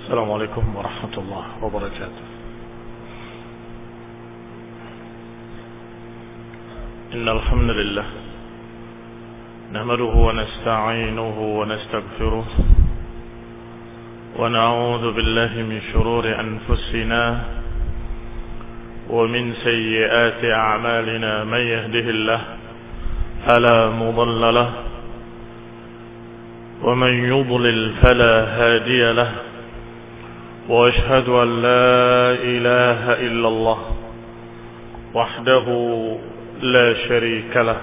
السلام عليكم ورحمة الله وبركاته. إن الحمد لله نحمده ونستعينه ونستغفره ونعوذ بالله من شرور أنفسنا ومن سيئات أعمالنا. من يهده الله فلا مضل له ومن يضلل فلا هادي له، وأشهد أن لا إله إلا الله وحده لا شريك له،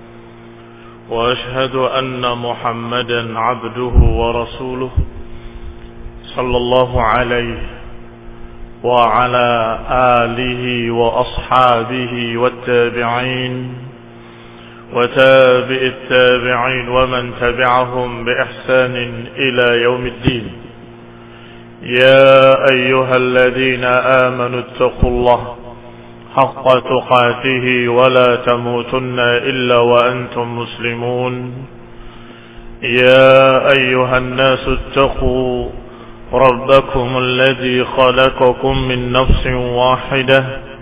وأشهد أن محمدا عبده ورسوله صلى الله عليه وعلى آله وأصحابه والتابعين وتابع التابعين ومن تبعهم بإحسان إلى يوم الدين. يا أيها الذين آمنوا اتقوا الله حق تقاته ولا تموتن إلا وأنتم مسلمون. يا أيها الناس اتقوا ربكم الذي خلقكم من نفس واحدة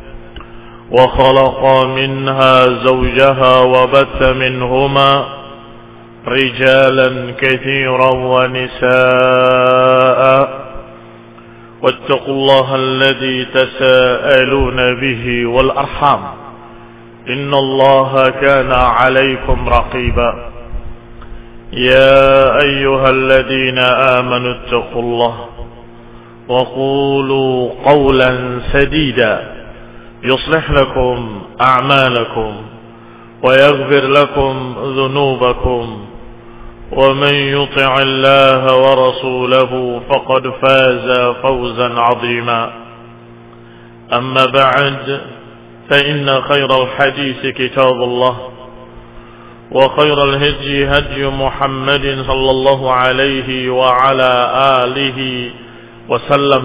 وخلق منها زوجها وبث منهما رجالا كثيرا ونساء، واتقوا الله الذي تساءلون به والأرحام إن الله كان عليكم رقيبا. يا أيها الذين آمنوا اتقوا الله وقولوا قولا سديدا يصلح لكم أعمالكم ويغفر لكم ذنوبكم، ومن يطع الله ورسوله فقد فاز فوزا عظيما. أما بعد، فإن خير الحديث كتاب الله، وخير الهدي هدي محمد صلى الله عليه وعلى آله وسلم،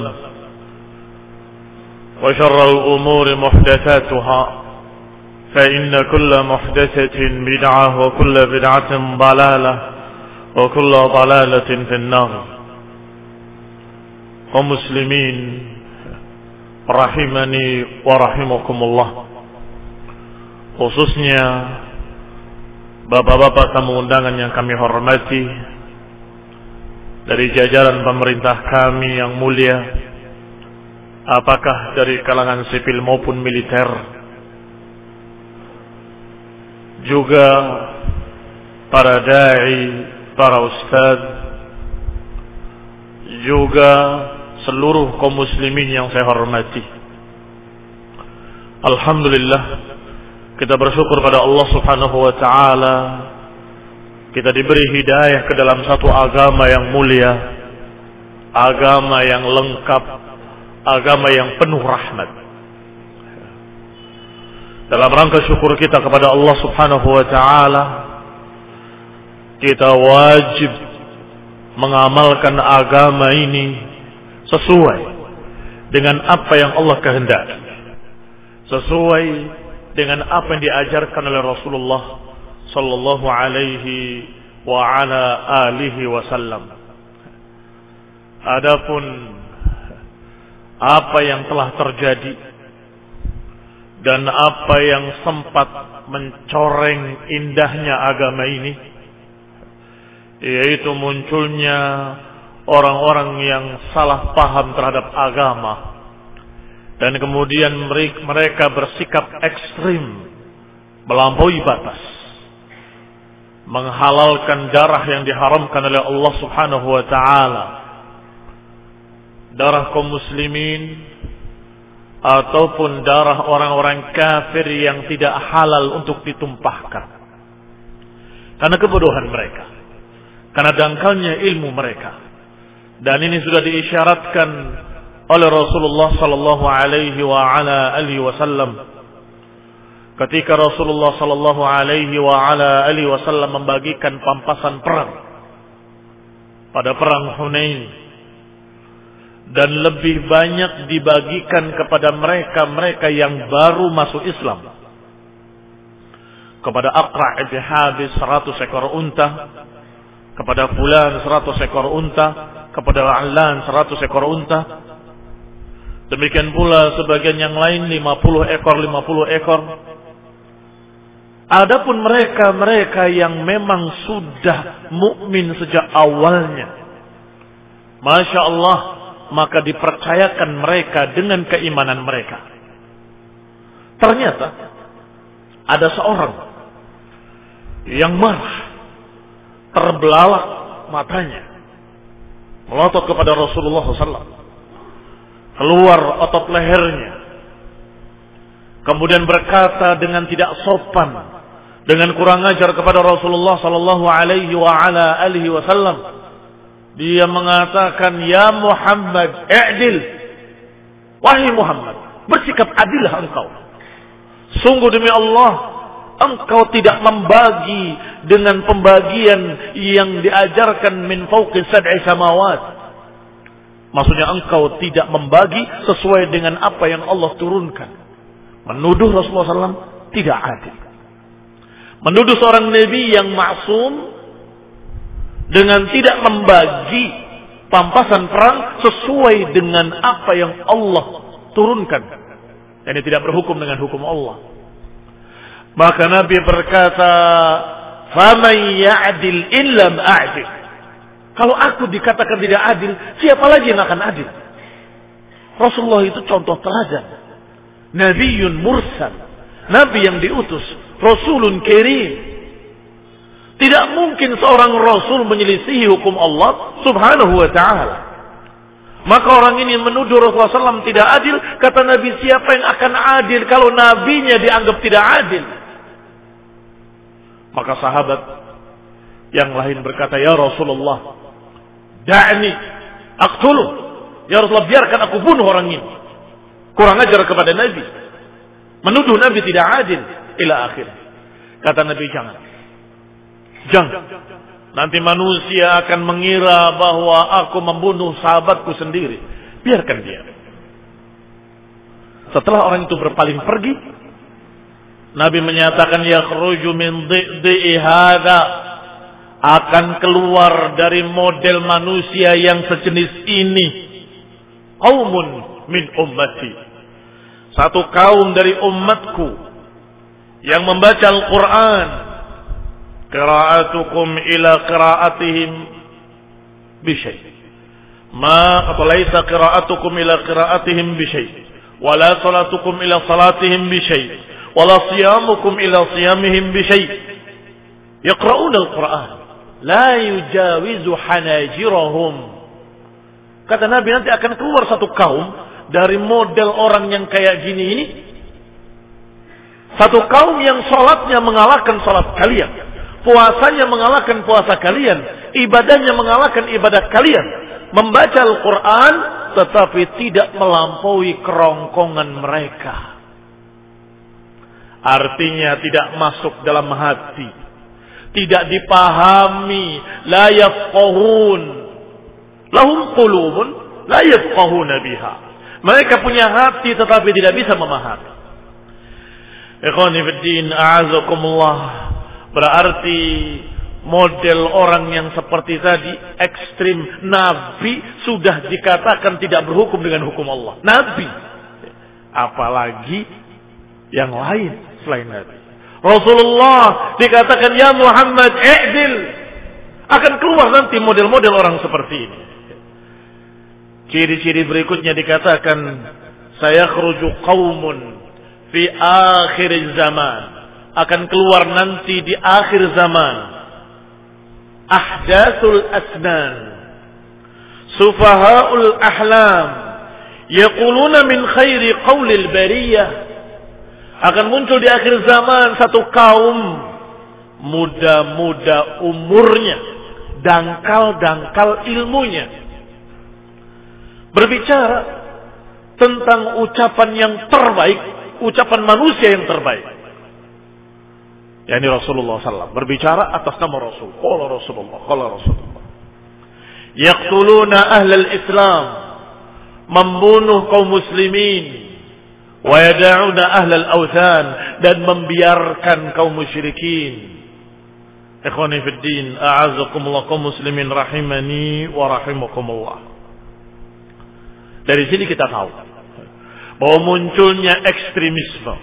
وشر الأمور محدثاتها، فإن كل محدثة بدعة وكل بدعة ضلالة وكل ضلالة في النار. ومسلمين rahimani wa rahimakumullah, khususnya bapak-bapak tamu undangan yang kami hormati dari jajaran pemerintah kami yang mulia, apakah dari kalangan sipil maupun militer, juga para dai, para ustaz, juga seluruh kaum muslimin yang saya hormati. Alhamdulillah, kita bersyukur pada Allah Subhanahu wa taala, kita diberi hidayah ke dalam satu agama yang mulia, agama yang lengkap, agama yang penuh rahmat. Dalam rangka syukur kita kepada Allah Subhanahu wa taala, kita wajib mengamalkan agama ini sesuai dengan apa yang Allah kehendaki, sesuai dengan apa yang diajarkan oleh Rasulullah sallallahu alaihi wa ala alihi wasallam. Adapun apa yang telah terjadi dan apa yang sempat mencoreng indahnya agama ini, yaitu munculnya orang-orang yang salah paham terhadap agama, dan kemudian mereka bersikap ekstrim, melampaui batas, menghalalkan darah yang diharamkan oleh Allah Subhanahu wa taala, darah kaum muslimin ataupun darah orang-orang kafir yang tidak halal untuk ditumpahkan, karena kebodohan mereka, karena dangkalnya ilmu mereka. Dan ini sudah diisyaratkan oleh Rasulullah sallallahu alaihi wa ala alihi wasallam ketika Rasulullah sallallahu alaihi wa ala alihi wasallam membagikan pampasan perang pada perang Hunain, dan lebih banyak dibagikan kepada mereka yang baru masuk Islam, kepada Aqra' ibn Habis 100 ekor unta, kepada fulan 100 ekor unta, kepada Al-Lan 100 ekor unta. Demikian pula sebagian yang lain 50 ekor. Adapun mereka yang memang sudah mukmin sejak awalnya, Masya Allah, maka dipercayakan mereka dengan keimanan mereka. Ternyata ada seorang yang marah, terbelalak matanya, melotot kepada Rasulullah SAW, keluar otot lehernya, kemudian berkata dengan tidak sopan, dengan kurang ajar kepada Rasulullah sallallahu alaihi wasallam. Dia mengatakan, "Ya Muhammad, i'dil." Wahai Muhammad, bersikap adillah engkau. Sungguh demi Allah, engkau tidak membagi dengan pembagian yang diajarkan min fawqi sab'i samawat. Maksudnya engkau tidak membagi sesuai dengan apa yang Allah turunkan. Menuduh Rasulullah SAW tidak adil. Menuduh seorang Nabi yang maksum dengan tidak membagi pampasan perang sesuai dengan apa yang Allah turunkan. Dan tidak berhukum dengan hukum Allah. Maka Nabi berkata, "Faman ya'dil illam a'dil." Kalau aku dikatakan tidak adil, siapa lagi yang akan adil? Rasulullah itu contoh teladan. Nabiyyun mursal. Nabi yang diutus. Rasulun karim. Tidak mungkin seorang Rasul menyelisihi hukum Allah subhanahu wa ta'ala. Maka orang ini menuduh Rasulullah SAW tidak adil. Kata Nabi, siapa yang akan adil kalau nabinya dianggap tidak adil? Maka sahabat yang lain berkata, "Ya Rasulullah, da'ni aqtuluh." Ya Rasulullah, biarkan aku bunuh orang ini. Kurang ajar kepada Nabi, menuduh Nabi tidak adil ila akhir. Kata Nabi, jangan. Nanti manusia akan mengira bahwa aku membunuh sahabatku sendiri. Biarkan dia. Setelah orang itu berpaling pergi, Nabi menyatakan, yakhruju min dhi'i hadza, akan keluar dari model manusia yang sejenis ini, qaumun min ummati, satu kaum dari umatku yang membaca Al-Quran, qira'atukum ila qira'atihim bisyai, ma atau laisa qira'atukum ila qira'atihim bisyai, wala salatukum ila salatihim bisyai, wala siyamukum ila siyamihim bisyai, yaqra'una Al-Quran la yujawizu hanajirahum. Kata Nabi, nanti akan keluar satu kaum dari model orang yang kayak gini ini, satu kaum yang sholatnya mengalahkan sholat kalian, puasanya mengalahkan puasa kalian, ibadahnya mengalahkan ibadah kalian, membaca Al-Quran tetapi tidak melampaui kerongkongan mereka. Artinya tidak masuk dalam hati, tidak dipahami, la yafqahun, lahum qulubun la yafqahuna biha. Mereka punya hati tetapi tidak bisa memahami. Ikhwani fiddin, a'azakumullah. Berarti model orang yang seperti tadi ekstrim. Nabi sudah dikatakan tidak berhukum dengan hukum Allah. Nabi, apalagi yang lain selain Nabi. Rasulullah dikatakan, ya Muhammad i'dil. Akan keluar nanti model-model orang seperti ini. Ciri-ciri berikutnya dikatakan, sayakhruju qaumun fi akhir zaman, akan keluar nanti di akhir zaman, ahdatsul asnan, sufahaul ahlam, yaquluna min khairi qaulil bariyah. Akan muncul di akhir zaman satu kaum muda-muda umurnya, dangkal-dangkal ilmunya, berbicara tentang ucapan yang terbaik, ucapan manusia yang terbaik. Yani Rasulullah SAW berbicara atas nama Rasul. Qala Rasulullah, qala Rasulullah. Yaqtuluna ahlal Islam, membunuh kaum muslimin. Wa yada'una ahlal awthan, dan membiarkan kaum musyrikin. Ikhwani fid din, a'azzakumullah kaum muslimin rahimani wa rahimakumullah. Dari sini kita tahu bahwa munculnya ekstremisme,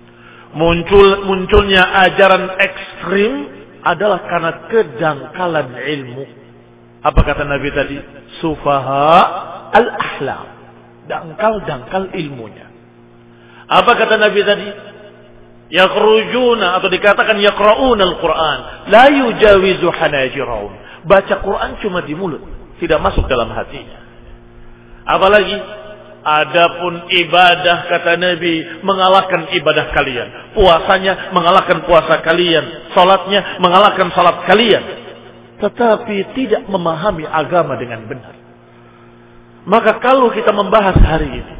munculnya ajaran ekstrim adalah karena kedangkalan ilmu. Apa kata Nabi tadi? Sufaha al-ahlam. Dangkal ilmunya. Apa kata Nabi tadi? Yakhrujuna, atau dikatakan yaqra'una al-Quran, la yujawizu hanajirahum. Baca Quran cuma di mulut, tidak masuk dalam hatinya. Apalagi adapun ibadah, kata Nabi, mengalahkan ibadah kalian. Puasanya mengalahkan puasa kalian, salatnya mengalahkan salat kalian. Tetapi tidak memahami agama dengan benar. Maka kalau kita membahas hari ini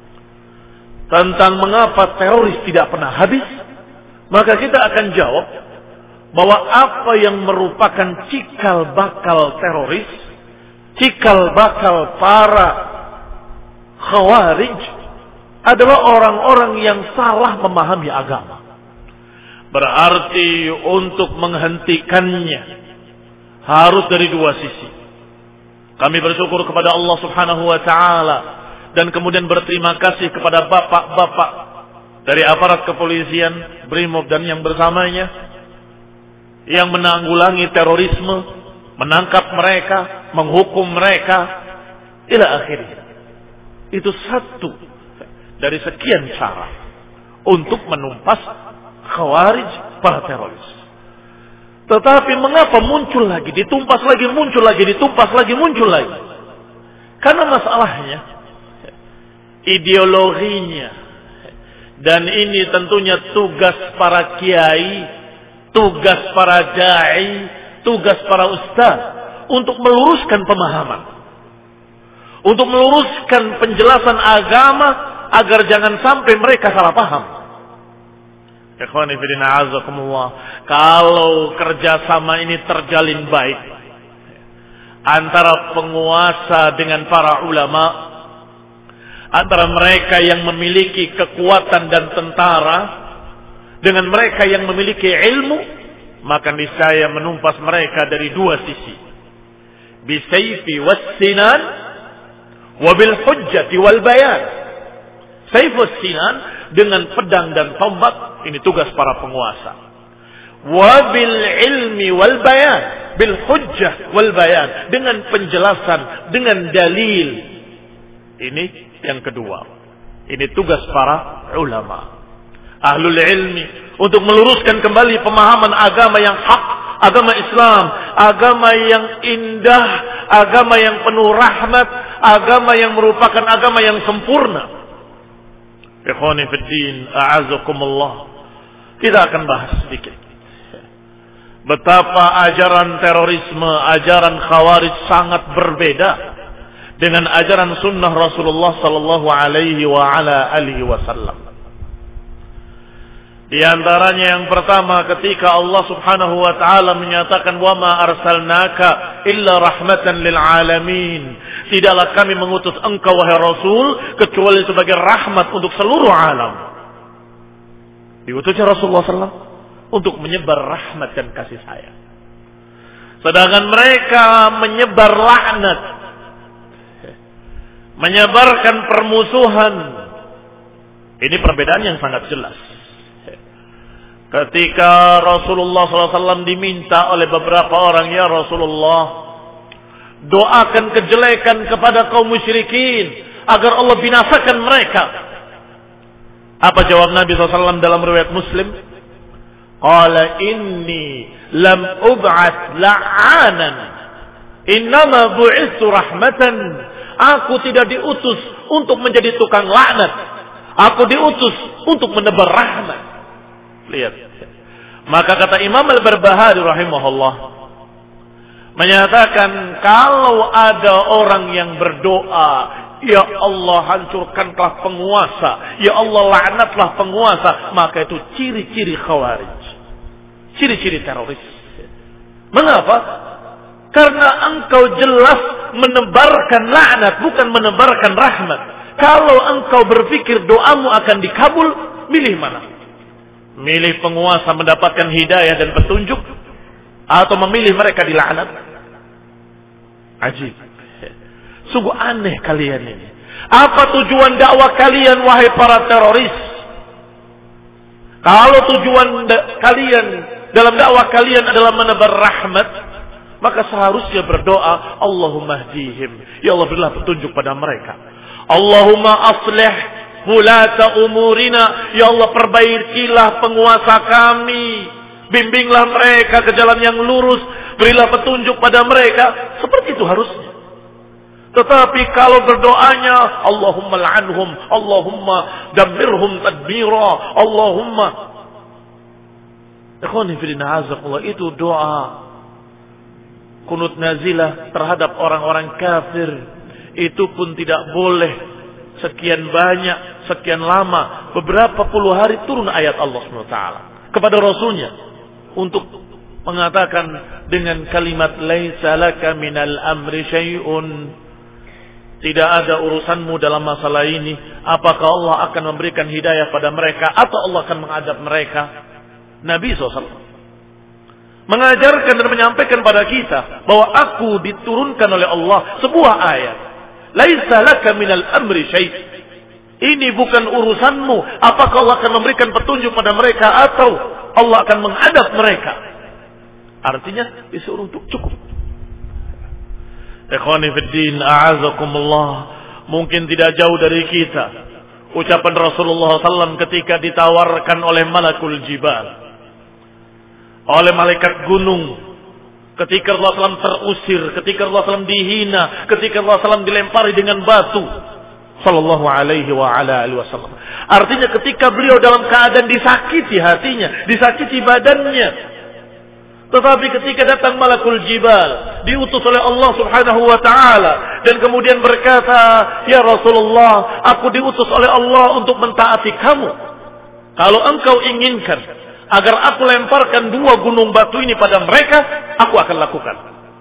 tentang mengapa teroris tidak pernah habis, maka kita akan jawab bahwa apa yang merupakan cikal bakal teroris, cikal bakal para khawarij adalah orang-orang yang salah memahami agama. Berarti untuk menghentikannya harus dari dua sisi. Kami bersyukur kepada Allah Subhanahu wa taala dan kemudian berterima kasih kepada bapak-bapak dari aparat kepolisian, Brimob dan yang bersamanya yang menanggulangi terorisme, menangkap mereka, menghukum mereka ila akhirnya. Itu satu dari sekian cara untuk menumpas khawarij, para teroris. Tetapi mengapa muncul lagi, ditumpas lagi, muncul lagi, ditumpas lagi, muncul lagi? Karena masalahnya ideologinya, dan ini tentunya tugas para kiai, tugas para dai, tugas para ustaz untuk meluruskan pemahaman, untuk meluruskan penjelasan agama agar jangan sampai mereka salah paham. Ikhwani fillah a'azakumullah, kalau kerjasama ini terjalin baik antara penguasa dengan para ulama, antara mereka yang memiliki kekuatan dan tentara dengan mereka yang memiliki ilmu, maka niscaya menumpas mereka dari dua sisi. Bisayfi was-sinan wa bil hujjati wal bayan. Sayf was-sinan, dengan pedang dan tombak, ini tugas para penguasa. Wa bil ilmi wal bayan, bil hujjah wal bayan, dengan penjelasan, dengan dalil. Ini yang kedua. Ini tugas para ulama, ahlul ilmi, untuk meluruskan kembali pemahaman agama yang hak, agama Islam, agama yang indah, agama yang penuh rahmat, agama yang merupakan agama yang sempurna. Ikhwani fid din, a'azakumullah. Kita akan bahas sedikit betapa ajaran terorisme, ajaran khawarij sangat berbeda dengan ajaran sunnah Rasulullah sallallahu alaihi wa ala alihi wasallam. Di antaranya yang pertama, ketika Allah Subhanahu wa taala menyatakan wa ma arsalnaka illa rahmatan lil alamin. Tidaklah kami mengutus engkau wahai Rasul kecuali sebagai rahmat untuk seluruh alam. Diutusnya Rasulullah SAW untuk menyebar rahmat dan kasih sayang. Sedangkan mereka menyebar laknat, menyebarkan permusuhan. Ini perbedaan yang sangat jelas. Ketika Rasulullah SAW diminta oleh beberapa orang, ya Rasulullah, doakan kejelekan kepada kaum musyrikin agar Allah binasakan mereka. Apa jawab Nabi SAW dalam riwayat Muslim? Qala inni lam ub'ats la'anan, innama bu'itsu rahmatan. Aku tidak diutus untuk menjadi tukang laknat, aku diutus untuk menebar rahmat. Lihat. Maka kata Imam Al-Barbahari rahimahullah, menyatakan kalau ada orang yang berdoa, ya Allah hancurkanlah penguasa, ya Allah laknatlah penguasa, maka itu ciri-ciri khawarij, ciri-ciri teroris. Mengapa? Karena engkau jelas menebarkan laknat, bukan menebarkan rahmat. Kalau engkau berpikir doamu akan dikabul, milih mana? Milih penguasa mendapatkan hidayah dan petunjuk, atau memilih mereka dilaknat? Ajib. Sungguh aneh kalian ini. Apa tujuan dakwah kalian wahai para teroris? Kalau tujuan kalian dalam dakwah kalian adalah menebar rahmat, maka seharusnya berdoa, Allahumma hdihim. Ya Allah, berilah petunjuk pada mereka. Allahumma aslih wulata umurina. Ya Allah, perbaikilah penguasa kami. Bimbinglah mereka ke jalan yang lurus. Berilah petunjuk pada mereka. Seperti itu harusnya. Tetapi kalau berdoanya, Allahumma la'anhum, Allahumma damirhum tadbira, Allahumma. Ikhwani fillah, azakullah, itu doa kunut nazilah terhadap orang-orang kafir. Itu pun tidak boleh sekian banyak, sekian lama, beberapa puluh hari turun ayat Allah SWT kepada Rasulnya untuk mengatakan dengan kalimat laisa laka minal amri syai'un. Tidak ada urusanmu dalam masalah ini. Apakah Allah akan memberikan hidayah pada mereka atau Allah akan mengadab mereka? Nabi SAW mengajarkan dan menyampaikan pada kita bahwa aku diturunkan oleh Allah sebuah ayat. Laisa laka minal amri syai'. Ini bukan urusanmu. Apakah Allah akan memberikan petunjuk pada mereka atau Allah akan mengadab mereka? Artinya disuruh untuk cukup. Ikhwani fiddin, a'azakumullah. Mungkin tidak jauh dari kita ucapan Rasulullah SAW ketika ditawarkan oleh malakul jibal, oleh malaikat gunung, ketika Rasulullah SAW terusir, ketika Rasulullah SAW dihina, ketika Rasulullah SAW dilempari dengan batu, sallallahu alaihi wa ala alihi wasallam. Artinya ketika beliau dalam keadaan disakiti hatinya, disakiti badannya. Tetapi ketika datang malakul jibal, diutus oleh Allah Subhanahu wa taala, dan kemudian berkata, "Ya Rasulullah, aku diutus oleh Allah untuk mentaati kamu. Kalau engkau inginkan agar aku lemparkan 2 gunung batu ini pada mereka, aku akan lakukan."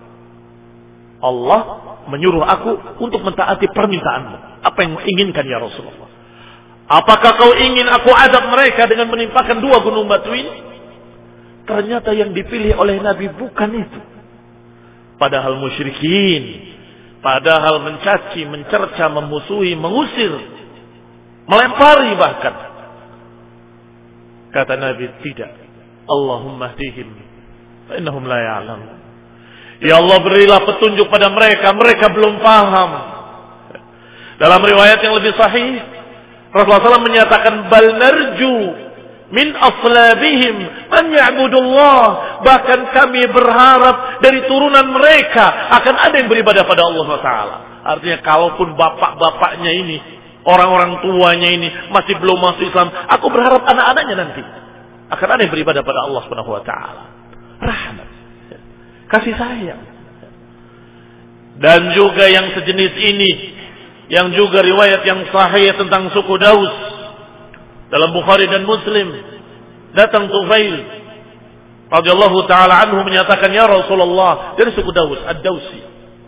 Allah menyuruh aku untuk mentaati permintaanmu. Apa yang inginkan ya Rasulullah? Apakah kau ingin aku adab mereka dengan menimpakan 2 gunung batu ini? Ternyata yang dipilih oleh Nabi bukan itu. Padahal musyrikin, padahal mencaci, mencerca, memusuhi, mengusir, melempari bahkan. Kata Nabi, tidak. Allahumma hdihim fa innahum la ya'lamun. Ya Allah, berilah petunjuk pada mereka, mereka belum paham. Dalam riwayat yang lebih sahih, Rasulullah SAW menyatakan bal narju min aslabihim man ya'budullah. Bahkan kami berharap dari turunan mereka akan ada yang beribadah pada Allah Taala. Artinya kalaupun bapak-bapaknya ini, orang-orang tuanya ini masih belum masuk Islam, aku berharap anak-anaknya nanti akan ada yang beribadah pada Allah Subhanahu wa taala. Rahmat, kasih sayang. Dan juga yang sejenis ini, yang juga riwayat yang sahih tentang suku Daus dalam Bukhari dan Muslim, datang Tufail radhiyallahu taala anhu menyatakan, ya Rasulullah, dari suku Daus, Ad-Dausi.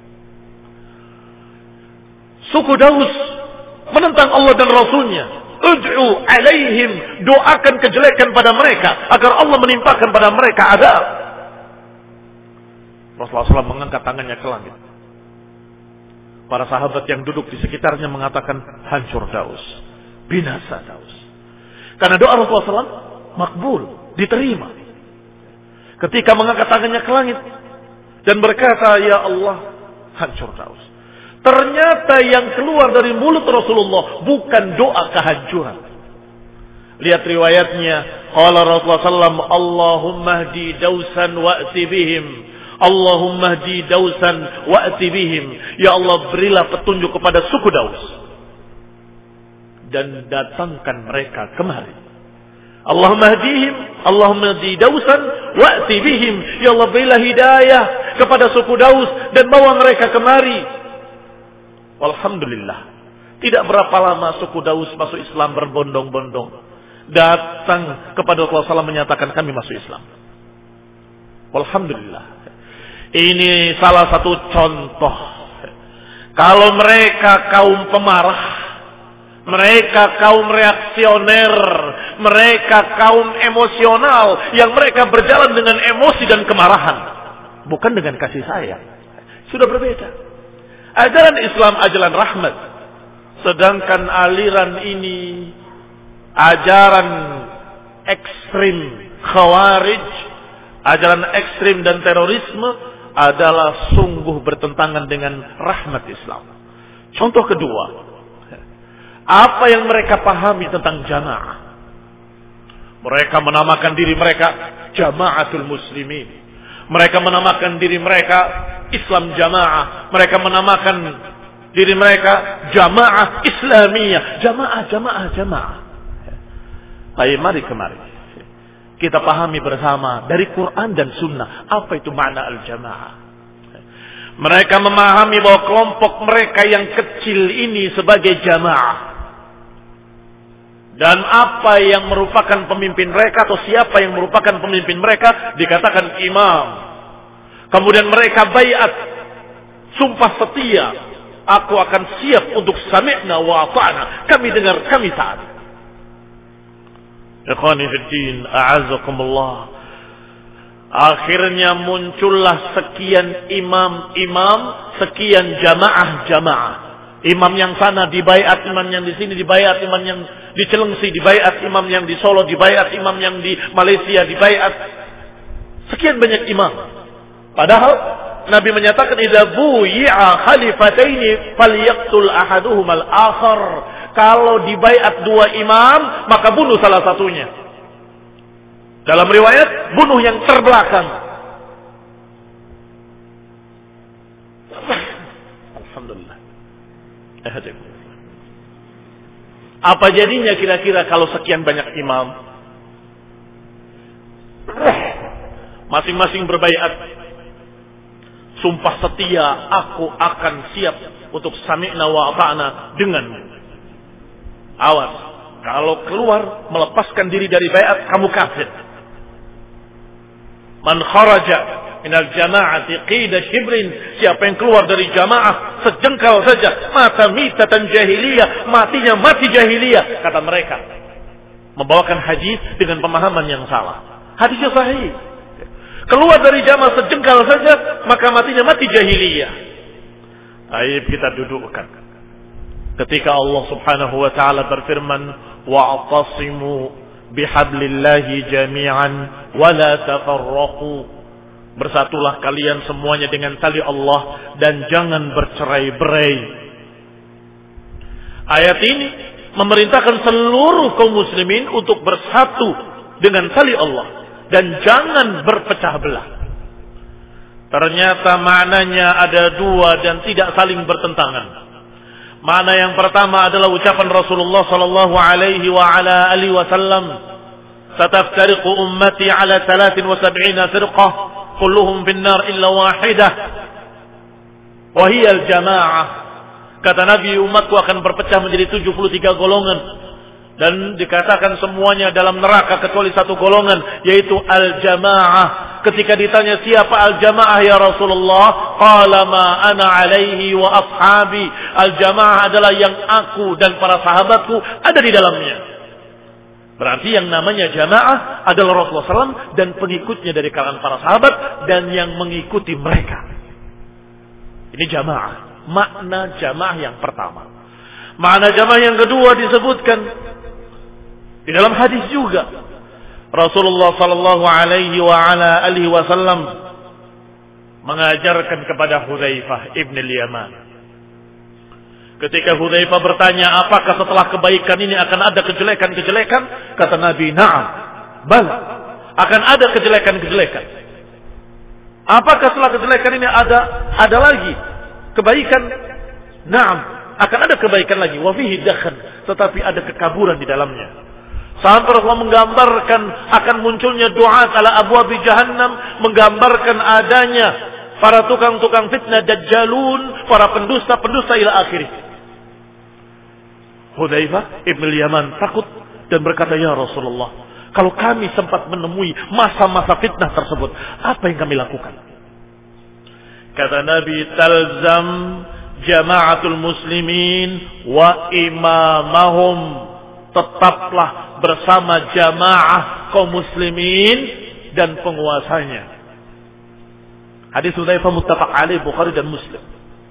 Suku Daus menentang Allah dan Rasulnya. Ud'u alaihim, doakan kejelekan pada mereka agar Allah menimpakan pada mereka azab. Rasulullah SAW mengangkat tangannya ke langit. Para sahabat yang duduk di sekitarnya mengatakan, hancur Daus, binasa Daus. Karena doa Rasulullah SAW makbul, diterima. Ketika mengangkat tangannya ke langit dan berkata, ya Allah, hancur Daus. Ternyata yang keluar dari mulut Rasulullah bukan doa kehancuran. Lihat riwayatnya. Qala Rasulullah SAW, Allahumma hdi Dausan wa'ti bihim. Allahumma hdi Dausan wa'ti bihim. Ya Allah, berilah petunjuk kepada suku Daus dan datangkan mereka kemari. Allahumma hdihim, Allahumma hdi Dausan wa'ti bihim. Ya Allah, berilah hidayah kepada suku Daus dan bawa mereka kemari. Alhamdulillah, tidak berapa lama suku Daus masuk Islam berbondong-bondong. Datang kepada Rasulullah SAW menyatakan kami masuk Islam. Alhamdulillah. Ini salah satu contoh. Kalau mereka kaum pemarah, Mereka kaum reaksioner, mereka kaum emosional yang mereka berjalan dengan emosi dan kemarahan, bukan dengan kasih sayang. Sudah berbeda. Ajaran Islam ajaran rahmat, sedangkan aliran ini ajaran ekstrim khawarij, ajaran ekstrim dan terorisme adalah sungguh bertentangan dengan rahmat Islam. Contoh kedua, apa yang mereka pahami tentang jamaah? Mereka menamakan diri mereka Jamaatul Muslimin. Mereka menamakan diri mereka Islam Jamaah. Mereka menamakan diri mereka Jamaah Islamiyah. Jamaah. Baik, mari kemari kita pahami bersama dari Quran dan Sunnah apa itu makna al-jamaah. Mereka memahami bahwa kelompok mereka yang kecil ini sebagai jamaah. Dan apa yang merupakan pemimpin mereka atau siapa yang merupakan pemimpin mereka dikatakan imam. Kemudian mereka baiat, sumpah setia, aku akan siap untuk sami'na wa ata'na, kami dengar, kami taat. Ikhwani fiddin, a'azakumullah. Akhirnya muncullah sekian imam-imam, sekian jamaah-jamaah. Imam yang sana dibaiat, imam yang di sini dibaiat, imam yang di Cilengsi dibaiat, imam yang di Solo dibaiat, imam yang di Malaysia dibaiat. Sekian banyak imam. Padahal Nabi menyatakan idza buyi'a khalifataini falyaqtul ahaduhum al-akhar. Kalau dibaiat dua imam, maka bunuh salah satunya. Dalam riwayat, bunuh yang terbelakang. Alhamdulillah. Apa jadinya kira-kira kalau sekian banyak imam? Masing-masing berbaiat, sumpah setia, aku akan siap untuk sami'na wa ata'na denganmu. Awas, kalau keluar melepaskan diri dari baiat, kamu kafir. Man kharaja minal jama'ati qida shibrin, siapa yang keluar dari jamaah sejengkal saja, mata mitatan jahiliyah, matinya mati jahiliyah, kata mereka. Membawakan hadis dengan pemahaman yang salah. Hadisnya sahih. Keluar dari jamaah sejengkal saja, maka matinya mati jahiliyah. Ayo kita dudukkan. Ketika Allah Subhanahu wa taala berfirman, wa'tasimu bihablillahi jami'an wa la tafarraqu. Bersatulah kalian semuanya dengan tali Allah dan jangan bercerai-berai. Ayat ini memerintahkan seluruh kaum muslimin untuk bersatu dengan tali Allah dan jangan berpecah belah. Ternyata maknanya ada dua dan tidak saling bertentangan. Makna yang pertama adalah ucapan Rasulullah sallallahu alaihi wa ala alihi wasallam, "Sataftariqu ummati ala 73 firqah, kulluhum finnar illa wahidah, wa hiya al-jamaah." Kata Nabi, umatku akan berpecah menjadi 73 golongan dan dikatakan semuanya dalam neraka kecuali satu golongan, yaitu al-jamaah. Ketika ditanya siapa al-jamaah ya Rasulullah, qala ma ana alaihi wa ashabi. Al-jamaah adalah yang aku dan para sahabatku ada di dalamnya. Berarti yang namanya jamaah adalah Rasulullah SAW dan pengikutnya dari kalangan para sahabat dan yang mengikuti mereka. Ini jamaah. Makna jamaah yang pertama. Makna jamaah yang kedua disebutkan di dalam hadis juga. Rasulullah sallallahu alaihi wa ala alihi wasallam mengajarkan kepada Hudzaifah ibn al-Yaman. Ketika Hudzaifah bertanya, apakah setelah kebaikan ini akan ada kejelekan-kejelekan? Kata Nabi, na'am, bala, akan ada kejelekan-kejelekan. Apakah setelah kejelekan ini ada lagi kebaikan? Na'am, akan ada kebaikan lagi. Wa fihi dakhan, tetapi ada kekaburan di dalamnya. Sampai Rasulullah menggambarkan akan munculnya doa ala abwabi jahannam, menggambarkan adanya para tukang-tukang fitnah dajjalun, para pendusta-pendusta ila akhirih. Hudzaifah ibn al-Yaman takut dan berkata, ya Rasulullah, kalau kami sempat menemui masa-masa fitnah tersebut, apa yang kami lakukan? Kata Nabi, talzam jama'atul muslimin wa imamahum, tetaplah bersama jamaah kaum muslimin dan penguasanya. Hadis Hudzaifah muttafaq alaih Bukhari dan Muslim.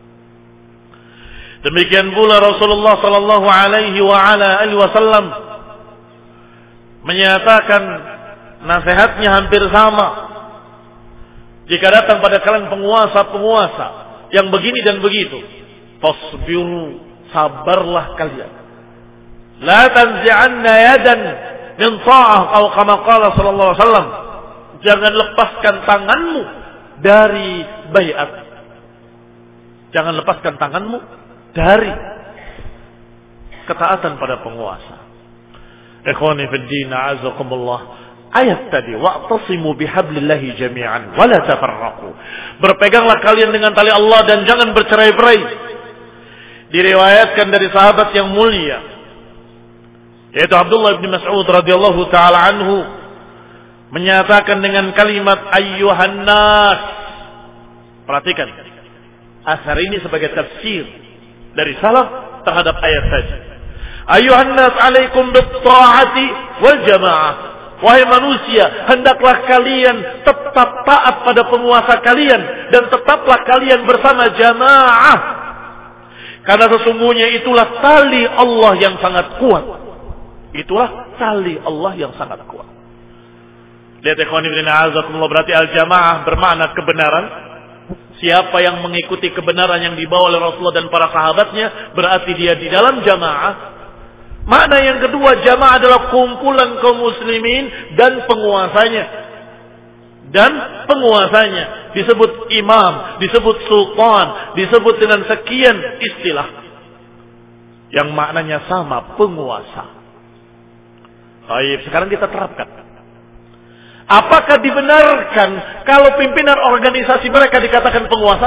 Demikian pula Rasulullah sallallahu alaihi wa ala alihi wasallam menyatakan nasihatnya hampir sama. Jika datang pada kalian penguasa-penguasa yang begini dan begitu, fasbiru, sabarlah kalian. La tanzi'anna yadan min ta'ah atau kama qala sallallahu alaihi wasallam. Jangan lepaskan tanganmu dari baiat. Jangan lepaskan tanganmu dari ketaatan pada penguasa. Ikhwani fid din, a'azakumullah. Ayat tadi, wa'tasimu bihablillahi jami'an wa la tafarraqu. Berpeganglah kalian dengan tali Allah dan jangan bercerai-berai. Diriwayatkan dari sahabat yang mulia, yaitu Abdullah bin Mas'ud radhiyallahu taala anhu, menyatakan dengan kalimat ayyuhan nas. Perhatikan, asar ini sebagai tafsir dari salaf terhadap ayat tadi. Ayyuhan nas alaikum bit-ta'ati wal jamaah. Wahai manusia, hendaklah kalian tetap taat pada penguasa kalian dan tetaplah kalian bersama jamaah. Karena sesungguhnya itulah tali Allah yang sangat kuat. Itulah tali Allah yang sangat kuat. Lihat ikhwan fillah, a'azakumullah, berarti al-jamaah bermakna kebenaran. Siapa yang mengikuti kebenaran yang dibawa oleh Rasulullah dan para sahabatnya, berarti dia di dalam jamaah. Makna yang kedua, jamaah adalah kumpulan kaum muslimin dan penguasanya. Dan penguasanya disebut imam, disebut sultan, disebut dengan sekian istilah yang maknanya sama, penguasa. Baik, sekarang kita terapkan. Apakah dibenarkan kalau pimpinan organisasi mereka dikatakan penguasa?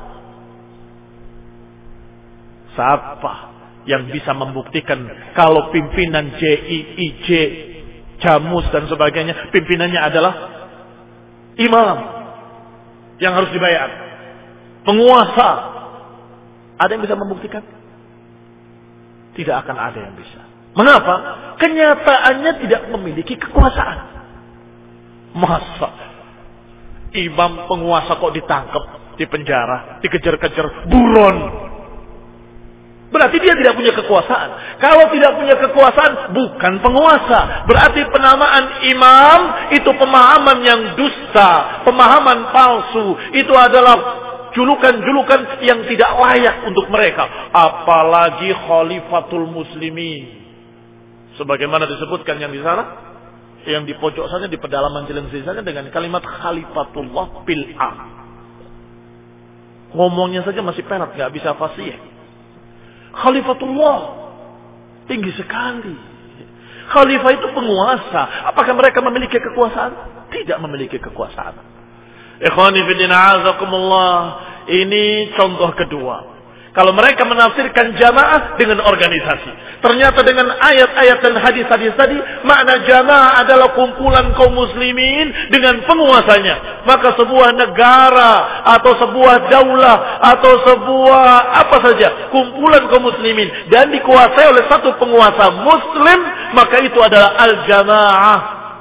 Siapa yang bisa membuktikan kalau pimpinan JIIJ, Jamus dan sebagainya, pimpinannya adalah imam yang harus dibayar, penguasa? Ada yang bisa membuktikan? Tidak akan ada yang bisa. Mengapa? Kenyataannya tidak memiliki kekuasaan. Masa imam penguasa kok ditangkap, dipenjara, dikejar-kejar, buron? Berarti dia tidak punya kekuasaan. Kalau tidak punya kekuasaan, bukan penguasa. Berarti penamaan imam itu pemahaman yang dusta, pemahaman palsu. Itu adalah julukan-julukan yang tidak layak untuk mereka. Apalagi khalifatul muslimin. Sebagaimana disebutkan yang di sana, yang di pojok sana, di pedalaman Cilengsi sana, dengan kalimat khalifatullah bil'am. Ngomongnya saja masih perat, gak bisa fasih. Khalifatullah tinggi sekali. Khalifah itu penguasa. Apakah mereka memiliki kekuasaan? Tidak memiliki kekuasaan. Ikhwani fillah, a'azakumullah. Ini contoh kedua. Kalau mereka menafsirkan jamaah dengan organisasi, ternyata dengan ayat-ayat dan hadis-hadis tadi, makna jamaah adalah kumpulan kaum muslimin dengan penguasanya. Maka sebuah negara atau sebuah daulah atau sebuah apa saja, kumpulan kaum muslimin dan dikuasai oleh satu penguasa muslim, maka itu adalah al-jamaah.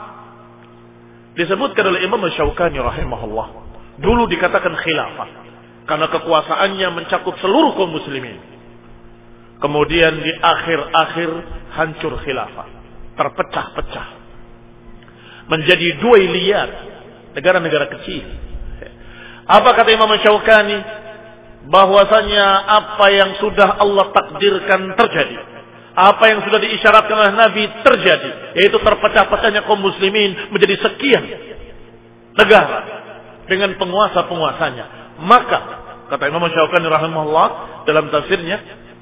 Disebutkan oleh Imam Syaukani rahimahullah, dulu dikatakan khilafah karena kekuasaannya mencakup seluruh kaum muslimin. Kemudian di akhir-akhir hancur khilafah, terpecah-pecah menjadi duailiyat, negara-negara kecil. Apa kata Imam Syaukani? Bahwasanya apa yang sudah Allah takdirkan terjadi, apa yang sudah diisyaratkan oleh Nabi terjadi, yaitu terpecah-pecahnya kaum muslimin menjadi sekian negara dengan penguasa-penguasanya. Maka kata Imam Syaukani rahimahullah dalam tafsirnya,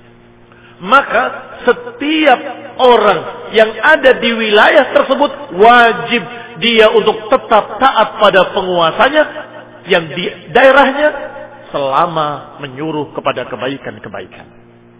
maka setiap orang yang ada di wilayah tersebut wajib dia untuk tetap taat pada penguasanya yang di daerahnya selama menyuruh kepada kebaikan-kebaikan.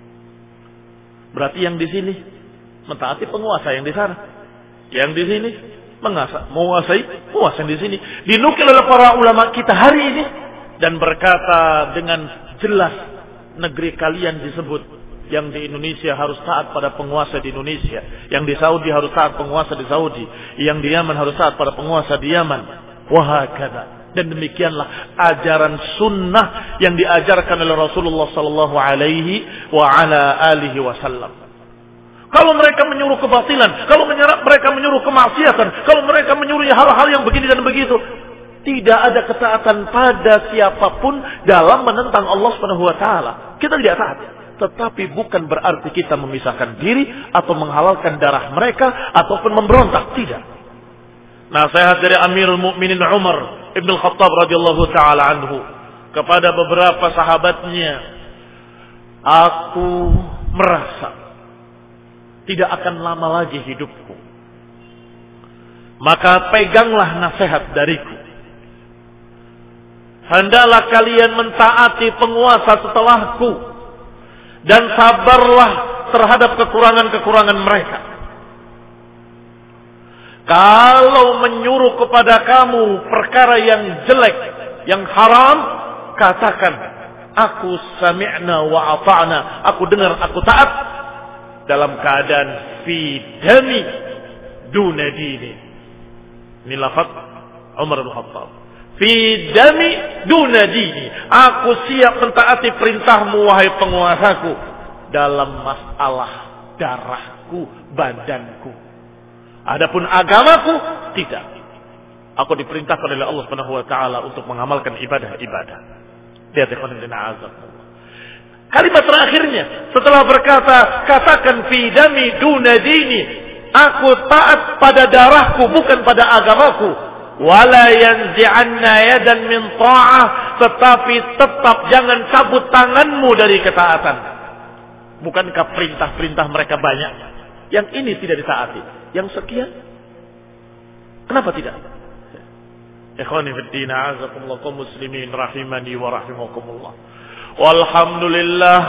Berarti yang di sini mentaati penguasa yang di sana, yang di sini menguasai penguasa yang di sini. Dinukil oleh para ulama kita hari ini dan berkata dengan jelas negeri kalian disebut, yang di Indonesia harus taat pada penguasa di Indonesia, yang di Saudi harus taat penguasa di Saudi, yang di Yaman harus taat pada penguasa di Yaman, wahakadha. Dan demikianlah ajaran sunnah yang diajarkan oleh Rasulullah sallallahu alaihi wa ala alihi wasallam. Kalau mereka menyuruh kebatilan, kalau mereka menyuruh kemaksiatan, kalau mereka menyuruh hal-hal yang begini dan begitu, tidak ada ketaatan pada siapapun dalam menentang Allah Subhanahu wa taala. Kita tidak taat. Tetapi bukan berarti kita memisahkan diri atau menghalalkan darah mereka ataupun memberontak, tidak. Nasihat dari Amirul Mukminin Umar Ibn Khattab radhiyallahu taala anhu kepada beberapa sahabatnya, aku merasa tidak akan lama lagi hidupku, maka peganglah nasihat dariku. Hendaklah kalian mentaati penguasa setelahku dan sabarlah terhadap kekurangan-kekurangan mereka. Kalau menyuruh kepada kamu perkara yang jelek, yang haram, katakan, aku sami'na wa ata'na, aku dengar, aku taat, dalam keadaan fi dami duna dini. Ini lafaz Umar bin Khattab. Fi dami duna dini. Aku siap mentaati perintahmu wahai penguasaku dalam masalah darahku, badanku. Adapun agamaku tidak. Aku diperintahkan oleh Allah Subhanahu wa taala untuk mengamalkan ibadah-ibadah. Lihat ikhwan fillah azakumullah. Kalimat terakhirnya setelah berkata, katakan fi dami duna dini, aku taat pada darahku bukan pada agamaku. Wala yanzi'anna yadan min ta'ah, tetapi tetap jangan cabut tanganmu dari ketaatan. Bukankah perintah-perintah mereka banyak? Yang ini tidak ditaati, yang sekian kenapa tidak? Ikhwani fid din, a'azakumullah kaum muslimin rahimani wa rahimakumullah. Walhamdulillah,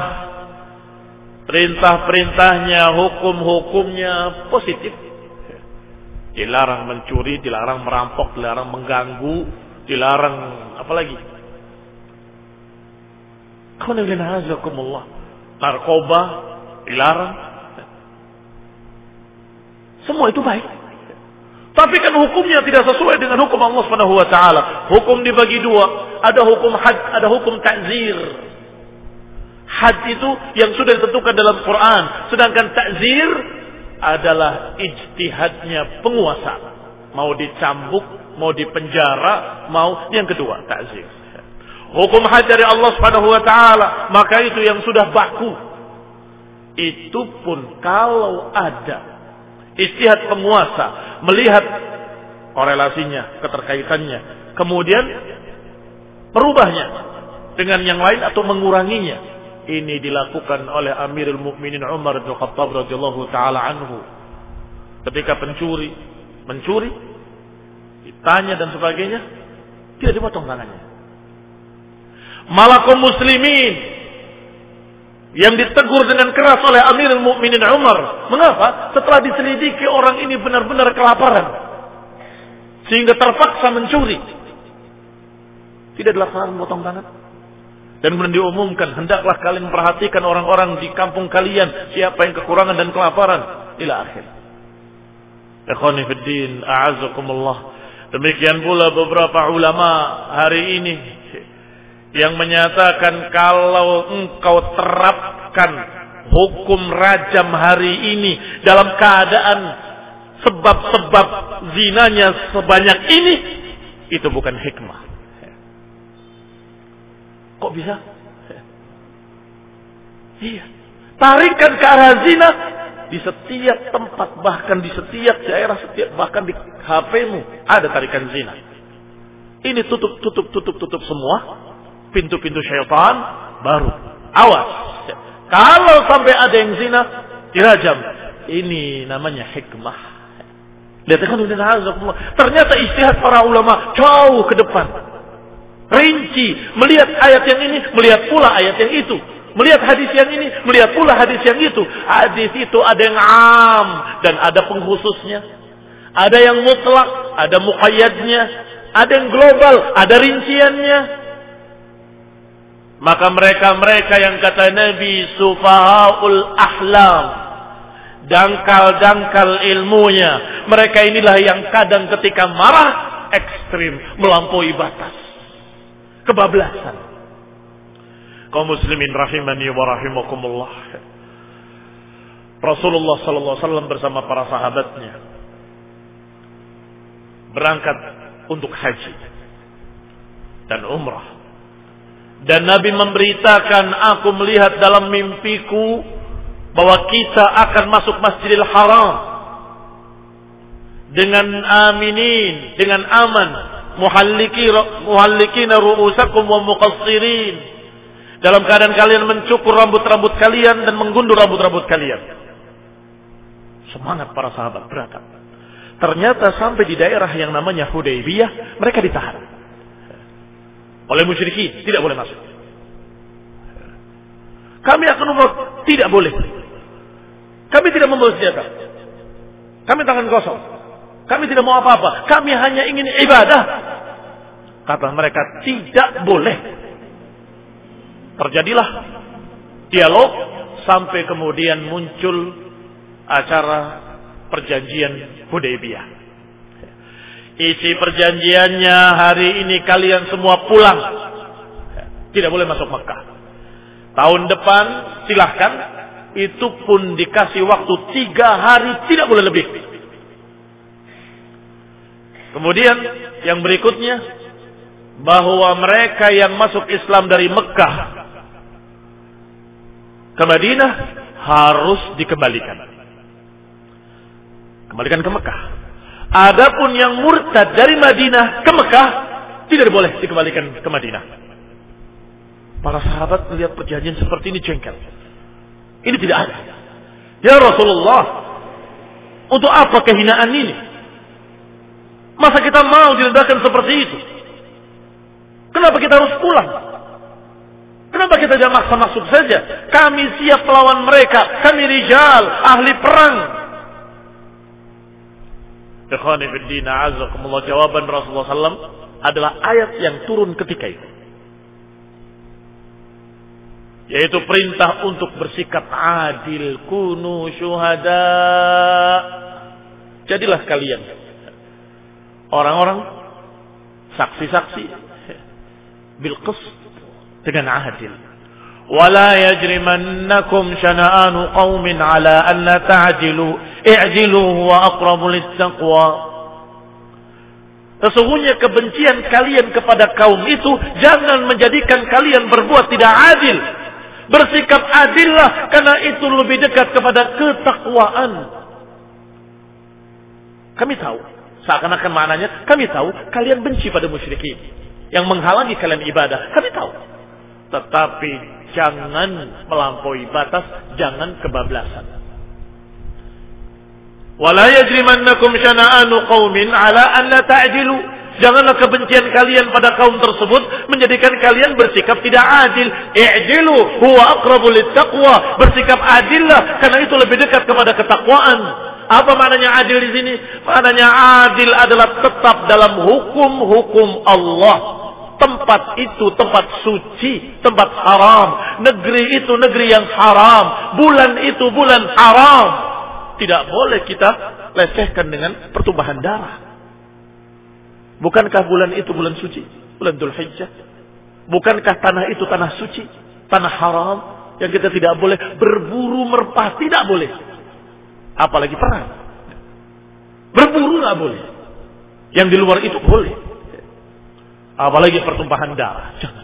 perintah-perintahnya, hukum-hukumnya positif. Dilarang mencuri, dilarang merampok, dilarang mengganggu, dilarang apa lagi? Narkoba dilarang. Semua itu baik. Tapi kan hukumnya tidak sesuai dengan hukum Allah Subhanahu wa taala. Hukum dibagi dua, ada hukum had, ada hukum ta'zir. Had itu yang sudah ditentukan dalam Quran, sedangkan ta'zir adalah ijtihadnya penguasa. Mau dicambuk, mau dipenjara, mau yang kedua ta'zir. Hukum had dari Allah Subhanahu wa taala, maka itu yang sudah baku. Itu pun kalau ada ijtihad penguasa melihat korelasinya, keterkaitannya, kemudian merubahnya dengan yang lain atau menguranginya. Ini dilakukan oleh Amirul Mukminin Umar bin Khattab radhiyallahu taala anhu. Ketika mencuri, ditanya dan sebagainya, tidak dipotong tangannya. Malah kaum muslimin yang ditegur dengan keras oleh Amirul Mukminin Umar. Mengapa? Setelah diselidiki orang ini benar-benar kelaparan, sehingga terpaksa mencuri. Tidak dilaksanakan potong tangan. Dan kemudian diumumkan, hendaklah kalian memperhatikan orang-orang di kampung kalian, siapa yang kekurangan dan kelaparan. Ila akhir. Ikhwani fid din, a'azakumullah. Demikian pula beberapa ulama hari ini yang menyatakan kalau engkau terapkan hukum rajam hari ini dalam keadaan sebab-sebab zinanya sebanyak ini, itu bukan hikmah. Kok bisa? Iya. Tarikan ke arah zina di setiap tempat, bahkan di setiap daerah, bahkan di HP-mu ada tarikan zina. Ini tutup semua pintu-pintu syaitan, baru awas. Kalau sampai ada yang zina, dirajam. Ini namanya hikmah. Lihat kan, ternyata ijtihad para ulama jauh ke depan. Rinci, melihat ayat yang ini, melihat pula ayat yang itu. Melihat hadis yang ini, melihat pula hadis yang itu. Hadis itu ada yang am dan ada pengkhususnya. Ada yang mutlak, ada muqayyadnya. Ada yang global, ada rinciannya. Maka mereka-mereka yang kata Nabi sufahaul ahlam, dangkal-dangkal ilmunya, mereka inilah yang kadang ketika marah ekstrim, melampaui batas, kebablasan. Kaum muslimin rahimani wa rahimakumullah. Rasulullah sallallahu alaihi wasallam bersama para sahabatnya berangkat untuk haji dan umrah. Dan Nabi memberitakan, aku melihat dalam mimpiku bahwa kita akan masuk Masjidil Haram dengan aminin, dengan aman, muhallikina ru'usakum wa muqassirin, dalam keadaan kalian mencukur rambut-rambut kalian dan menggundur rambut-rambut kalian. Semangat para sahabat berangkat. Ternyata sampai di daerah yang namanya Hudaybiyah, mereka ditahan oleh musyrikin, tidak boleh masuk. Kami akan umrah, tidak boleh. Kami tidak membawa senjata. Kami tangan kosong. Kami tidak mau apa-apa. Kami hanya ingin ibadah. Kata mereka, tidak boleh. Terjadilah dialog sampai kemudian muncul acara perjanjian Hudaybiyah. Isi perjanjiannya, hari ini kalian semua pulang. Tidak boleh masuk Mekah. Tahun depan silahkan. Itu pun dikasih waktu 3 hari, tidak boleh lebih. Kemudian yang berikutnya, bahwa mereka yang masuk Islam dari Mekah ke Madinah harus dikembalikan. Kembalikan ke Mekah. Adapun yang murtad dari Madinah ke Mekah tidak boleh dikembalikan ke Madinah. Para sahabat melihat perjanjian seperti ini jengkel. Ini tidak ada. Ya Rasulullah, untuk apa kehinaan ini? Masa kita mau diledakkan seperti itu? Kenapa kita harus pulang? Kenapa kita tidak maksa masuk saja? Kami siap melawan mereka. Kami rijal, ahli perang. Ikhwani fiddin, a'azakumullah. Jawaban Rasulullah SAW adalah ayat yang turun ketika itu, yaitu perintah untuk bersikap adil. Kunu syuhada, jadilah kalian orang-orang saksi-saksi bil qist, dengan adil. Wala yajrimannakum syana'anu qaumin ala an la ta'dilu i'dilu huwa aqrabu lit-taqwa. Sesungguhnya kebencian kalian kepada kaum itu jangan menjadikan kalian berbuat tidak adil. Bersikap adillah, karena itu lebih dekat kepada ketakwaan. Kami tahu, seakan-akan maknanya, kami tahu kalian benci pada musyrikin yang menghalangi kalian ibadah. Kami tahu. Tetapi jangan melampaui batas, jangan kebablasan. Wala yajrimannakum syana'anu qaumin ala an la ta'dilu. Janganlah kebencian kalian pada kaum tersebut menjadikan kalian bersikap tidak adil. I'dilu huwa aqrabu lit-taqwa. Bersikap adillah, karena itu lebih dekat kepada ketakwaan. Apa maknanya adil di sini? Maknanya adil adalah tetap dalam hukum-hukum Allah. Tempat itu tempat suci, tempat haram. Negeri itu negeri yang haram. Bulan itu bulan haram. Tidak boleh kita lecehkan dengan pertumpahan darah. Bukankah bulan itu bulan suci? Bulan Dzulhijjah. Bukankah tanah itu tanah suci? Tanah haram yang kita tidak boleh berburu merpati, tidak boleh. Apalagi perang. Berburu tidak boleh. Yang di luar itu boleh. Apalagi pertumpahan darah. Jangan.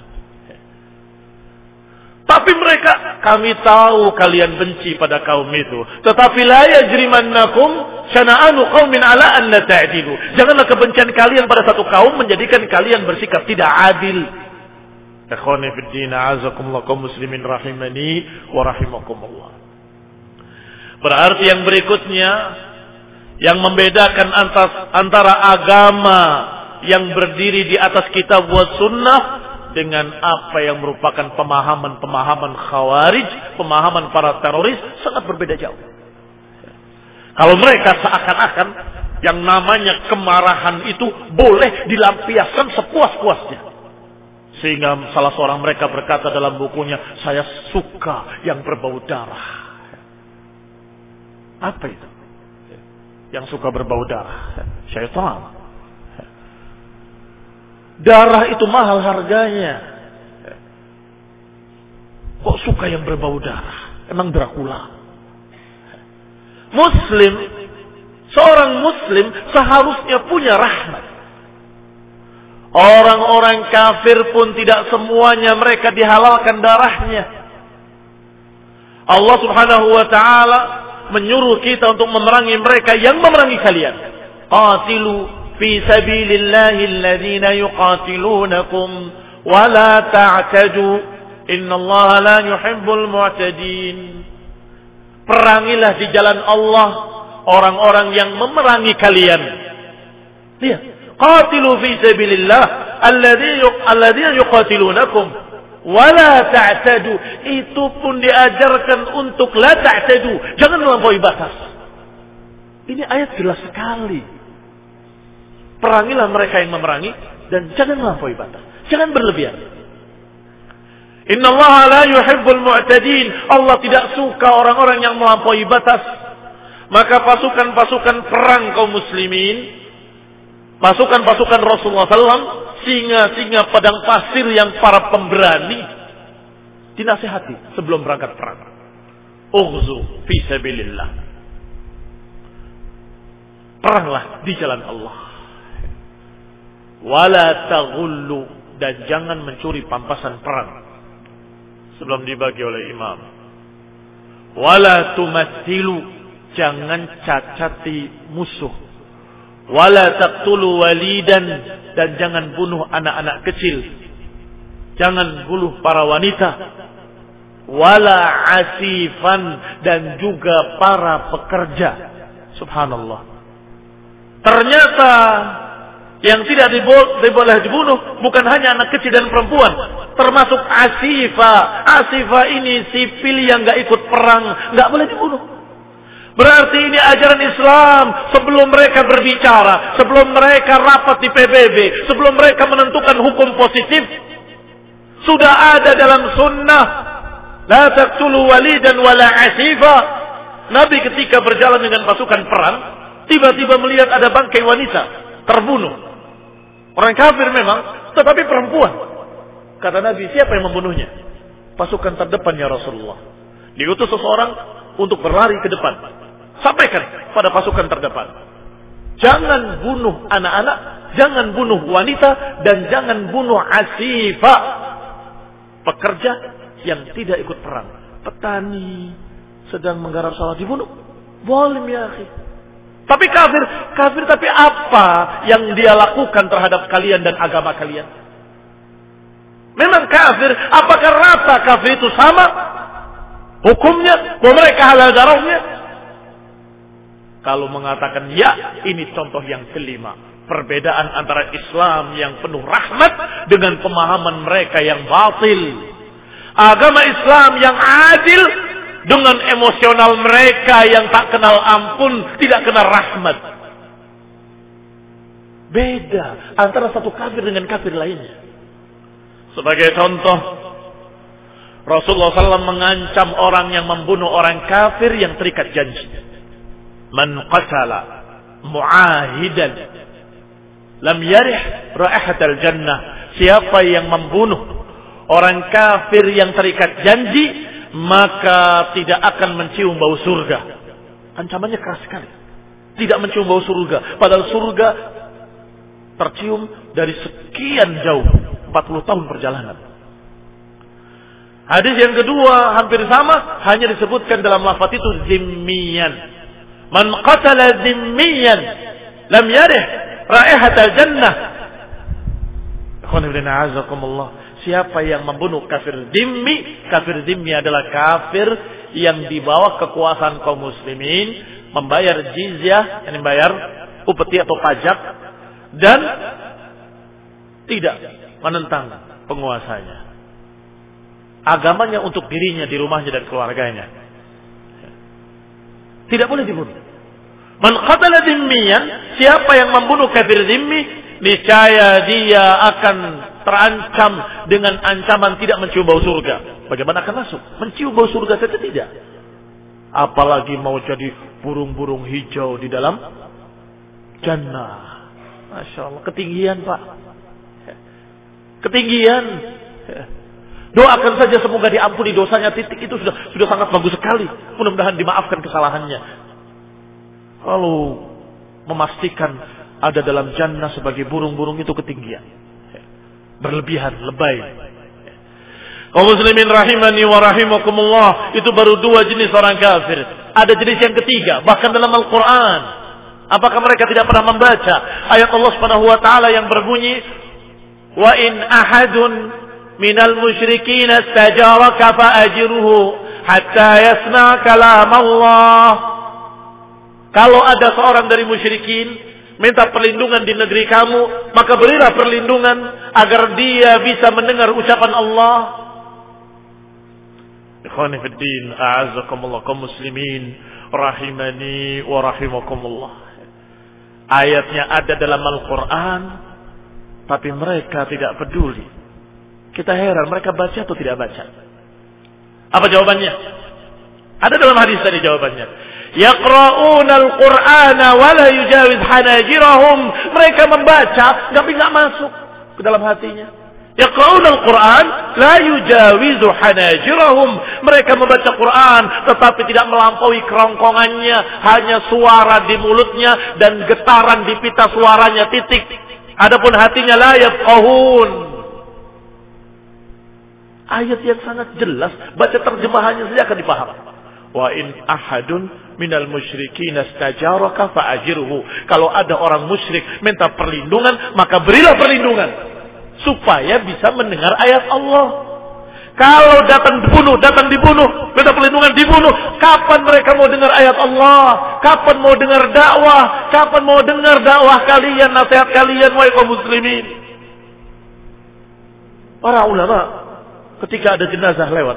Tapi mereka, kami tahu kalian benci pada kaum itu. Tetapi la yajrimannakum syana'anu qaumin ala an la ta'dilu. Janganlah kebencian kalian pada satu kaum menjadikan kalian bersikap tidak adil. Ikhwani fid din, a'azakumullah, kaum muslimin rahimani wa rahimakumullah. Berarti yang berikutnya yang membedakan antara agama yang berdiri di atas kitab wa sunnah dengan apa yang merupakan pemahaman-pemahaman khawarij, pemahaman para teroris, sangat berbeda jauh. Kalau mereka seakan-akan yang namanya kemarahan itu boleh dilampiaskan sepuas-puasnya. Sehingga salah seorang mereka berkata dalam bukunya, saya suka yang berbau darah. Apa itu? Yang suka berbau darah? Syaitan. Darah itu mahal harganya. Kok suka yang berbau darah? Emang Dracula? Muslim, seorang muslim seharusnya punya rahmat. Orang-orang kafir pun tidak semuanya mereka dihalalkan darahnya. Allah Subhanahu wa taala menyuruh kita untuk memerangi mereka yang memerangi kalian. Qatilu fi sabilillahi alladhina yuqatilunakum wa la ta'tadu innallaha la yuhibbul mu'tadin. Perangilah di jalan Allah orang-orang yang memerangi kalian. Lihat, qatilu fi sabilillah alladhina yuqatilunakum wa la ta'tadu. Itu pun diajarkan untuk la ta'tadu, jangan melampaui batas. Ini ayat jelas sekali. Perangilah mereka yang memerangi dan jangan melampaui batas, jangan berlebihan. Innallaha la yuhibbul mu'tadin. Allah tidak suka orang-orang yang melampaui batas. Maka pasukan-pasukan perang kaum muslimin, pasukan-pasukan Rasulullah SAW, singa-singa padang pasir yang para pemberani, dinasihati sebelum berangkat perang. Ughzu fi sabilillah. Peranglah di jalan Allah. Wala taghullu, dan jangan mencuri pampasan perang sebelum dibagi oleh imam. Wala tumathilu, jangan cacati musuh. Wala taqtulu walidan, dan jangan bunuh anak-anak kecil. Jangan bunuh para wanita. Wala asifan, dan juga para pekerja. Subhanallah. Ternyata yang tidak boleh dibunuh bukan hanya anak kecil dan perempuan, termasuk asifa. Asifa ini sipil yang gak ikut perang, gak boleh dibunuh. Berarti ini ajaran Islam. Sebelum mereka berbicara, sebelum mereka rapat di PBB, sebelum mereka menentukan hukum positif, sudah ada dalam sunnah. La taqtulu walidan wala asifa. Nabi ketika berjalan dengan pasukan perang, tiba-tiba melihat ada bangkai wanita terbunuh. Orang kafir memang, tetapi perempuan. Kata Nabi, siapa yang membunuhnya? Pasukan terdepan ya Rasulullah. Diutus seseorang untuk berlari ke depan. Sampaikan pada pasukan terdepan. Jangan bunuh anak-anak, jangan bunuh wanita, dan jangan bunuh asifa. Pekerja yang tidak ikut perang. Petani sedang menggarap sawah dibunuh. Boleh ya akhi. Tapi kafir tapi apa yang dia lakukan terhadap kalian dan agama kalian? Memang kafir, apakah rata kafir itu sama hukumnya? Bahwa mereka halal darahnya? Kalau mengatakan ya, ini contoh yang kelima. Perbedaan antara Islam yang penuh rahmat dengan pemahaman mereka yang batil. Agama Islam yang adil dengan emosional mereka yang tak kenal ampun, tidak kenal rahmat. Beda antara satu kafir dengan kafir lainnya. Sebagai contoh, Rasulullah SAW mengancam orang yang membunuh orang kafir yang terikat janji. Man qatala mu'ahidan lam yarih raihatal jannah. Siapa yang membunuh orang kafir yang terikat janji, maka tidak akan mencium bau surga. Ancamannya keras sekali. Tidak mencium bau surga. Padahal surga tercium dari sekian jauh. 40 tahun perjalanan. Hadis yang kedua hampir sama. Hanya disebutkan dalam lafaz itu zimmiyan. Man qatala zimmiyan lam yarih raihatal jannah. Ikhwan fillah azakumullah. Siapa yang membunuh kafir dhimmi adalah kafir yang di bawah kekuasaan kaum muslimin, membayar jizyah, yang membayar upeti atau pajak, dan tidak menentang penguasanya. Agamanya untuk dirinya, di rumahnya dan keluarganya. Tidak boleh dibunuh. Man qatala dhimmiyan, siapa yang membunuh kafir dhimmi, niscaya dia akan terancam dengan ancaman tidak mencium bau surga. Bagaimana akan masuk? Mencium bau surga saja tidak. Apalagi mau jadi burung-burung hijau di dalam jannah. Masya Allah, ketinggian Pak. Ketinggian. Doakan saja semoga diampuni dosanya, titik itu sudah sangat bagus sekali. Mudah-mudahan dimaafkan kesalahannya. Lalu memastikan ada dalam jannah sebagai burung-burung itu ketinggian. Berlebihan, lebay. Kaum muslimin rahimani wa rahimakumullah, itu baru dua jenis orang kafir. Ada jenis yang ketiga, bahkan dalam Al-Quran. Apakah mereka tidak pernah membaca ayat Allah Subhanahu wa taala yang berbunyi, "Wa in ahadun minal musyrikin istajaraka fa'ajirhu hatta yasma' kalam Allah." Kalau ada seorang dari musyrikin minta perlindungan di negeri kamu, maka berilah perlindungan agar dia bisa mendengar ucapan Allah. Ikhwani fid din, a'azzakumullah, kaum muslimin rahimani wa rahimakumullah. Ayatnya ada dalam Al-Quran, tapi mereka tidak peduli. Kita heran, mereka baca atau tidak baca? Apa jawabannya? Ada dalam hadis tadi jawabannya. Yaqra'una al-Qur'ana wa la yujawiz hanajirahum. Mereka membaca, tapi enggak masuk ke dalam hatinya. Yaqra'una al-Qur'an la yujawizu hanajirahum. Mereka membaca Quran tetapi tidak melampaui kerongkongannya, hanya suara di mulutnya dan getaran di pita suaranya, titik. Adapun hatinya la yafqahun. Ayat yang sangat jelas, baca terjemahannya saja akan dipahami. Wa in ahadun minal musyrikin istajaraka fa'ajirhu. Kalau ada orang musyrik minta perlindungan, maka berilah perlindungan supaya bisa mendengar ayat Allah. Kalau datang dibunuh, minta perlindungan dibunuh. Kapan mereka mau dengar ayat Allah? Kapan mau dengar dakwah? Kapan mau dengar dakwah kalian, nasihat kalian, wahai kaum muslimin? Para ulama ketika ada jenazah lewat,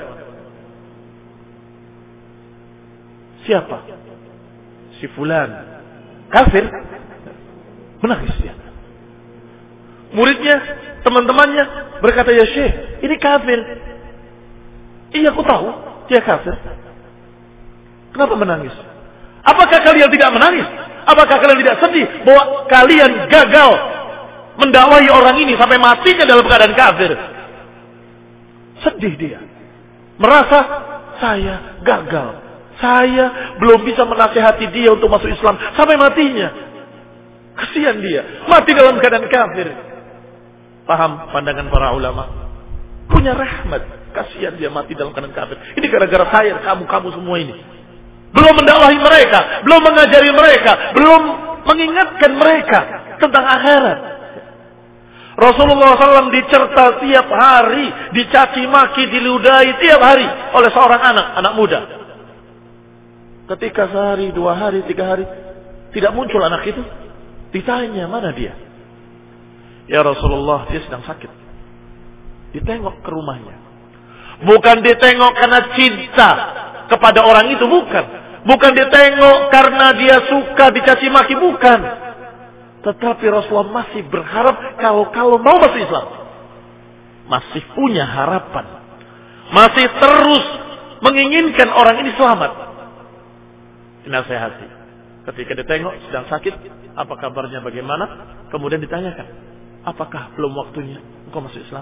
siapa? Si fulan kafir, menangis dia. Muridnya, teman-temannya berkata, "Ya Syekh, ini kafir." "Iya, aku tahu dia kafir." "Kenapa menangis?" "Apakah kalian tidak menangis? Apakah kalian tidak sedih bahwa kalian gagal mendakwahi orang ini sampai matinya dalam keadaan kafir?" Sedih dia, merasa saya gagal, saya belum bisa menasihati dia untuk masuk Islam sampai matinya. Kasihan dia, mati dalam keadaan kafir. Paham pandangan para ulama? Punya rahmat. Kasihan dia mati dalam keadaan kafir. Ini gara-gara saya, kamu semua ini. Belum mendakwahi mereka, belum mengajari mereka, belum mengingatkan mereka tentang akhirat. Rasulullah SAW dicerta tiap hari, dicaci maki, diludahi tiap hari oleh seorang anak muda. Ketika sehari, 2 hari, 3 hari tidak muncul anak itu, ditanya mana dia. "Ya Rasulullah, dia sedang sakit." Ditengok ke rumahnya. Bukan ditengok karena cinta kepada orang itu, bukan. Bukan ditengok karena dia suka dicaci maki, bukan. Tetapi Rasulullah masih berharap kalau mau masuk Islam. Masih punya harapan. Masih terus menginginkan orang ini selamat. Dinasehati. Ketika ditengok sedang sakit, apa kabarnya, bagaimana? Kemudian ditanyakan, apakah belum waktunya engkau masuk Islam?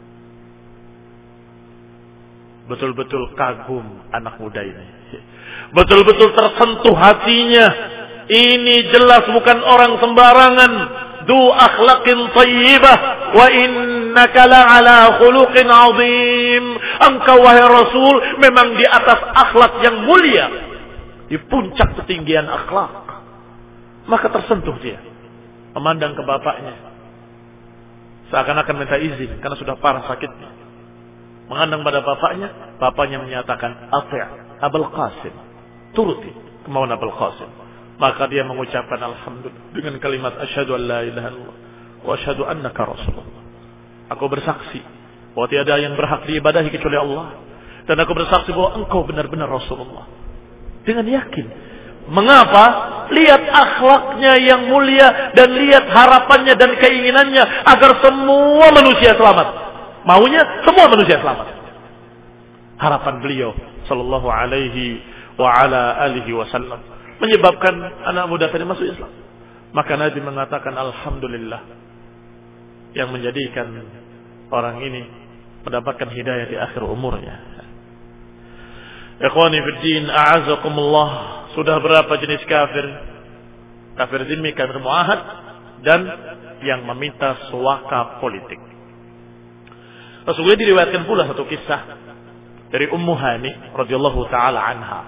Betul-betul kagum anak muda ini. Betul-betul tersentuh hatinya. Ini jelas bukan orang sembarangan. Du akhlaqin thayyibah wa innaka la'ala khuluqin 'azim. Engkau wahai Rasul memang di atas akhlak yang mulia, di puncak ketinggian akhlak. Maka tersentuh dia, memandang ke bapaknya, seakan-akan minta izin karena sudah parah sakitnya. Mengadang pada bapaknya menyatakan, "Ati' Abul Qasim," turuti kemauan Abul Qasim. Maka dia mengucapkan alhamdulillah dengan kalimat asyhadu an la ilaha illallah wa asyhadu annaka rasulullah. Aku bersaksi bahwa tiada yang berhak diibadahi kecuali Allah, dan aku bersaksi bahwa engkau benar-benar Rasulullah. Dengan yakin Mengapa? Lihat akhlaknya yang mulia dan lihat harapannya dan keinginannya agar semua manusia selamat. Maunya semua manusia selamat. Harapan beliau sallallahu alaihi wa ala alihi wasallam menyebabkan anak muda tadi masuk Islam. Maka Nabi mengatakan alhamdulillah yang menjadikan orang ini mendapatkan hidayah di akhir umurnya. Ikhwani fid din, a'azakumullah. Sudah berapa jenis kafir? Kafir zimmi, kafir muahad, dan yang meminta suaka politik. Rasulullah diriwayatkan pula satu kisah dari Ummu Hani radhiyallahu taala anha.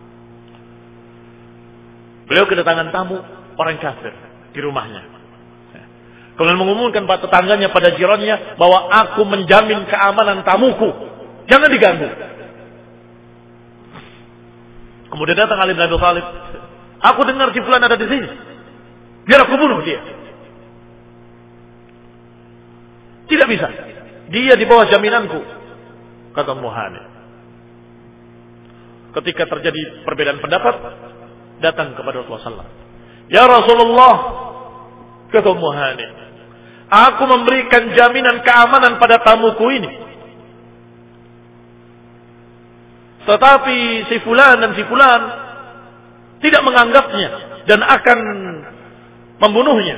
Beliau kedatangan tamu orang kafir di rumahnya. Kemudian mengumumkan pada tetangganya, pada jirannya, bahwa aku menjamin keamanan tamuku. Jangan diganggu. Kemudian datang Ali bin Abi Thalib. Aku dengar si fulan ada di sini. Biar aku bunuh dia. Tidak bisa. Dia di bawah jaminanku. Kata Ummu Hani. Ketika terjadi perbedaan pendapat, datang kepada Rasulullah SAW. Ya Rasulullah, kata Ummu Hani, aku memberikan jaminan keamanan pada tamuku ini. Tetapi si fulan dan si fulan tidak menganggapnya dan akan membunuhnya.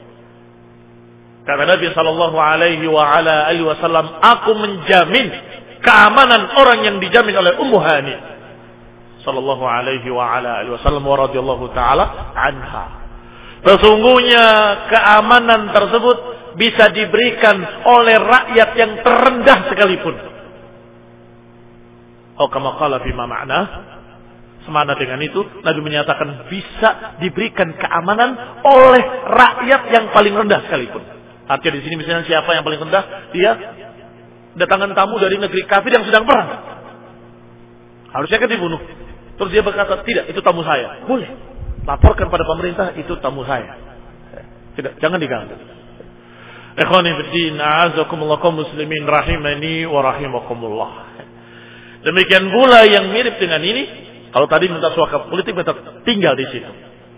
Kata Nabi sallallahu alaihi wasallam, aku menjamin keamanan orang yang dijamin oleh Ummu Hani sallallahu alaihi wasallam wa radhiyallahu taala anha. Sesungguhnya keamanan tersebut bisa diberikan oleh rakyat yang terendah sekalipun. Kama qala fi ma ma'na, semana dengan itu Nabi menyatakan bisa diberikan keamanan oleh rakyat yang paling rendah sekalipun. Artinya di sini misalnya siapa yang paling rendah, dia datangan tamu dari negeri kafir yang sedang perang. Harusnya kan dibunuh. Terus dia berkata, tidak, itu tamu saya. Boleh. Laporkan pada pemerintah, itu tamu saya. Tidak, jangan diganggu. Ikhwani fiddin, a'azakumullah kaum muslimin rahimani wa rahimakumullah. Demikian pula yang mirip dengan ini, kalau tadi minta suaka politik, minta tinggal di situ.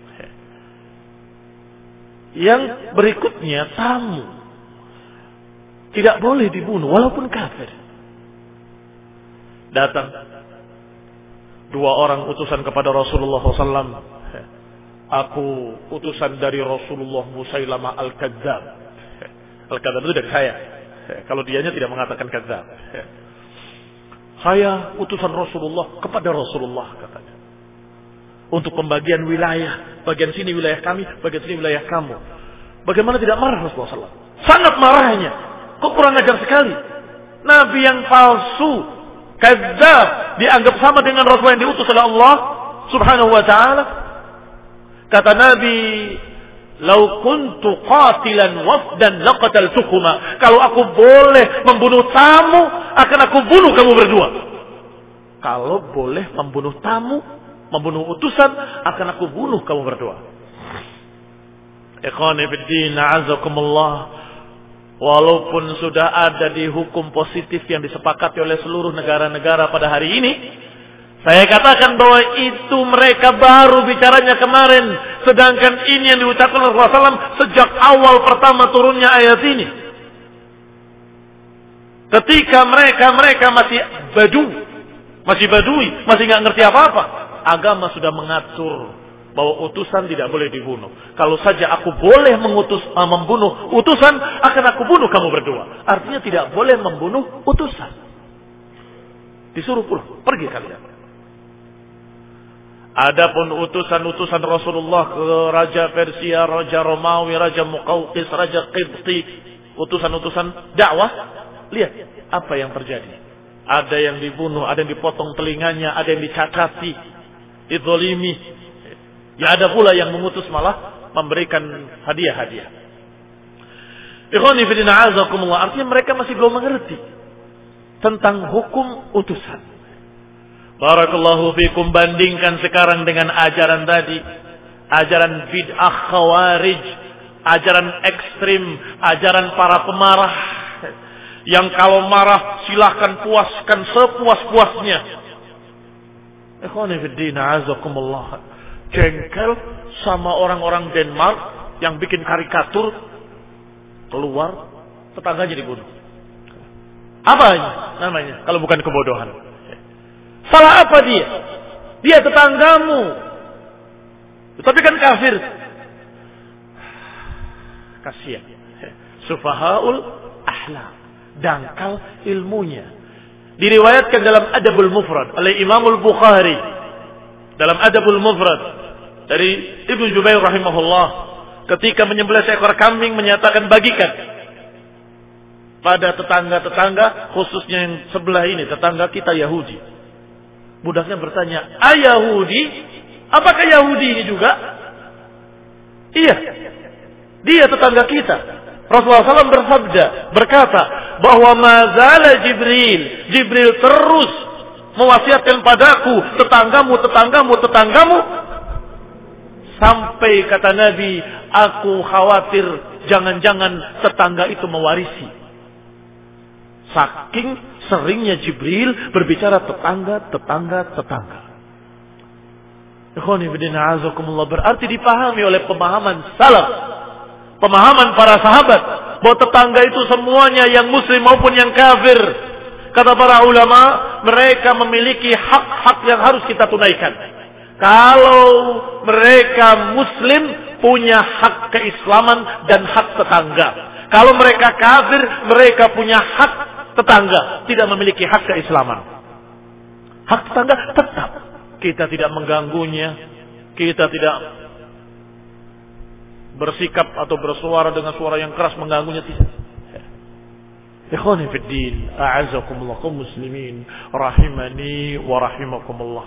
Yang berikutnya, tamu tidak boleh dibunuh walaupun kafir. Datang dua orang utusan kepada Rasulullah SAW. Aku utusan dari Rasulullah Musailamah Al-Kadzab. Al-Kadzab itu dari saya. Kalau dianya tidak mengatakan kadzab. Saya utusan Rasulullah kepada Rasulullah, katanya. Untuk pembagian wilayah. Bagian sini wilayah kami, bagian sini wilayah kamu. Bagaimana tidak marah Rasulullah SAW? Sangat marahnya. Kok kurang ajar sekali. Nabi yang palsu, kadzab, dianggap sama dengan Rasulullah yang diutus oleh Allah subhanahu wa ta'ala. Kata Nabi, lau kuntu qatilan wafdan laqataltukuma. Kalau aku boleh membunuh tamu, akan aku bunuh kamu berdua. Kalau boleh membunuh tamu, membunuh utusan, akan aku bunuh kamu berdua. Ikhwani fiddin, a'azakumullah. Walaupun sudah ada di hukum positif yang disepakati oleh seluruh negara-negara pada hari ini, saya katakan bahwa itu mereka baru bicaranya kemarin. Sedangkan ini yang diucapkan oleh Rasulullah SAW sejak awal pertama turunnya ayat ini. Ketika mereka masih badui, masih nggak ngerti apa-apa. Agama sudah mengatur bahwa utusan tidak boleh dibunuh. Kalau saja aku boleh membunuh utusan, akan aku bunuh kamu berdua. Artinya tidak boleh membunuh utusan. Disuruh pulang, pergi kalian. Adapun utusan-utusan Rasulullah ke Raja Persia, Raja Romawi, Raja Muqawqis, Raja Qibti, utusan-utusan dakwah, lihat apa yang terjadi. Ada yang dibunuh, ada yang dipotong telinganya, ada yang dicacati, dizalimi. Ya ada pula yang mengutus malah memberikan hadiah-hadiah. Ikhwani fillah a'azakumullah, artinya mereka masih belum mengerti tentang hukum utusan. Barakallahu fikum, bandingkan sekarang dengan ajaran tadi. Ajaran bid'ah khawarij. Ajaran ekstrim. Ajaran para pemarah. Yang kalau marah silahkan puaskan sepuas-puasnya. Ikhwani fiddin, a'azakumullah. jengkel sama orang-orang Denmark yang bikin karikatur, keluar tetangganya dibunuh. Apa namanya kalau bukan kebodohan? Salah apa dia? Dia tetanggamu, tapi kan kafir. Kasihan. Sufahaul ahlam, dangkal ilmunya. Diriwayatkan dalam Adabul Mufrad oleh Imamul Bukhari, dalam Adabul Mufrad dari Ibnu Jubair rahimahullah, ketika menyembelih seekor kambing menyatakan bagikan pada tetangga-tetangga, khususnya yang sebelah ini, tetangga kita Yahudi. Budaknya bertanya, Yahudi? Apakah Yahudi ini juga? Iya, dia tetangga kita. Rasulullah SAW berkata bahwa mazala Jibril terus mewasiatkan padaku tetanggamu, sampai kata Nabi, aku khawatir jangan-jangan tetangga itu mewarisi. Saking seringnya Jibril berbicara tetangga. Berarti dipahami oleh pemahaman salaf, pemahaman para sahabat, bahwa tetangga itu semuanya yang muslim maupun yang kafir. Kata para ulama, mereka memiliki hak-hak yang harus kita tunaikan. Kalau mereka muslim, punya hak keislaman dan hak tetangga. Kalau mereka kafir, mereka punya hak tetangga, tidak memiliki hak keislaman. Hak tetangga tetap, kita tidak mengganggunya, kita tidak bersikap atau bersuara dengan suara yang keras mengganggunya, tidak. Ikhwani fid din, a'azzakumullah kaum muslimin rahimani wa rahimakumullah.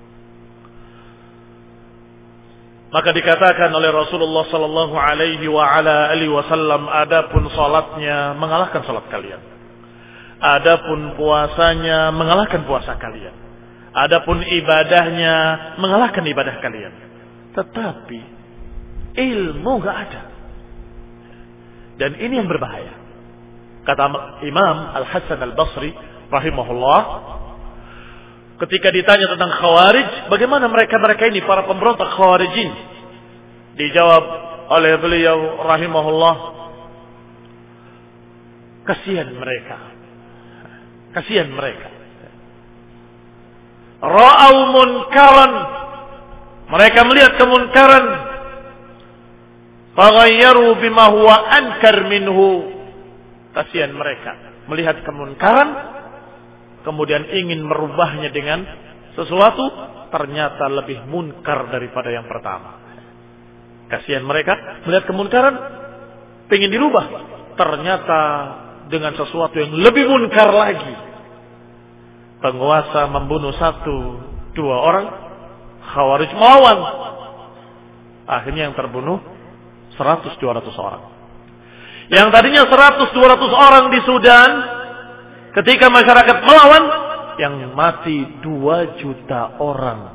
Maka dikatakan oleh Rasulullah sallallahu alaihi wa ala alihi wasallam, adapun salatnya mengalahkan salat kalian. Adapun puasanya mengalahkan puasa kalian. Adapun ibadahnya mengalahkan ibadah kalian. Tetapi ilmu enggak ada. Dan ini yang berbahaya. Kata Imam Al-Hasan Al-Basri rahimahullah, ketika ditanya tentang Khawarij, bagaimana mereka ini para pemberontak Khawarijin, dijawab oleh beliau rahimahullah, kasihan mereka. Ra'au munkaran, mereka melihat kemunkaran, faghayyaru bima huwa ankar minhu. Kasihan mereka melihat kemunkaran, kemudian ingin merubahnya dengan sesuatu ternyata lebih munkar daripada yang pertama. Kasihan mereka melihat kemunkaran, ingin dirubah, ternyata dengan sesuatu yang lebih munkar lagi. Penguasa membunuh 1-2 orang, Khawarij melawan. Akhirnya yang terbunuh 100-200 orang. Yang tadinya 100-200 orang di Sudan, ketika masyarakat melawan, yang mati 2 juta orang.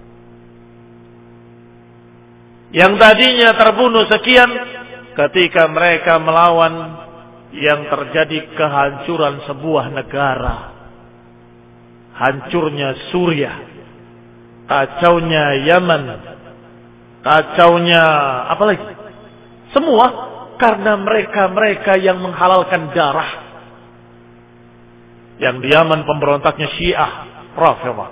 Yang tadinya terbunuh sekian, ketika mereka melawan, yang terjadi kehancuran sebuah negara. Hancurnya Suriah, kacaunya Yaman, kacaunya apa lagi? Semua karena mereka yang menghalalkan darah. Yang di Yaman pemberontaknya Syiah Rafidhah.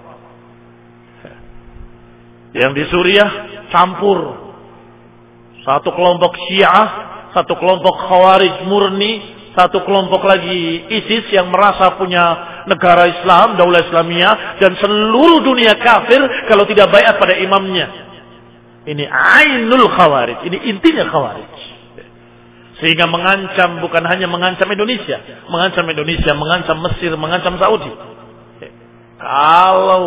Yang di Suriah campur. Satu kelompok Syiah, satu kelompok Khawarij murni, satu kelompok lagi ISIS yang merasa punya negara Islam, daulah Islamiyah, dan seluruh dunia kafir kalau tidak baiat pada imamnya. Ini ainul Khawarij, ini intinya Khawarij. Sehingga mengancam, bukan hanya mengancam Indonesia, mengancam Mesir, mengancam Saudi. Kalau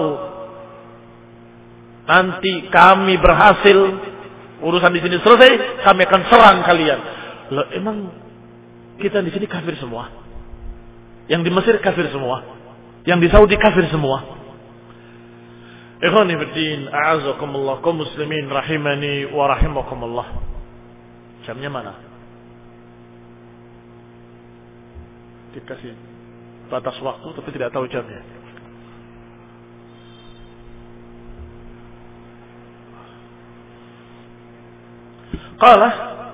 nanti kami berhasil, urusan di sini selesai, kami akan serang kalian. Loh, emang kita di sini kafir semua? Yang di Mesir kafir semua? Yang di Saudi kafir semua? Ikhwani fiddin, a'azakumullah, kaum muslimin rahimani wa rahimakumullah. Jamnya mana? Dikasih batas waktu tapi tidak tahu jamnya. Qala,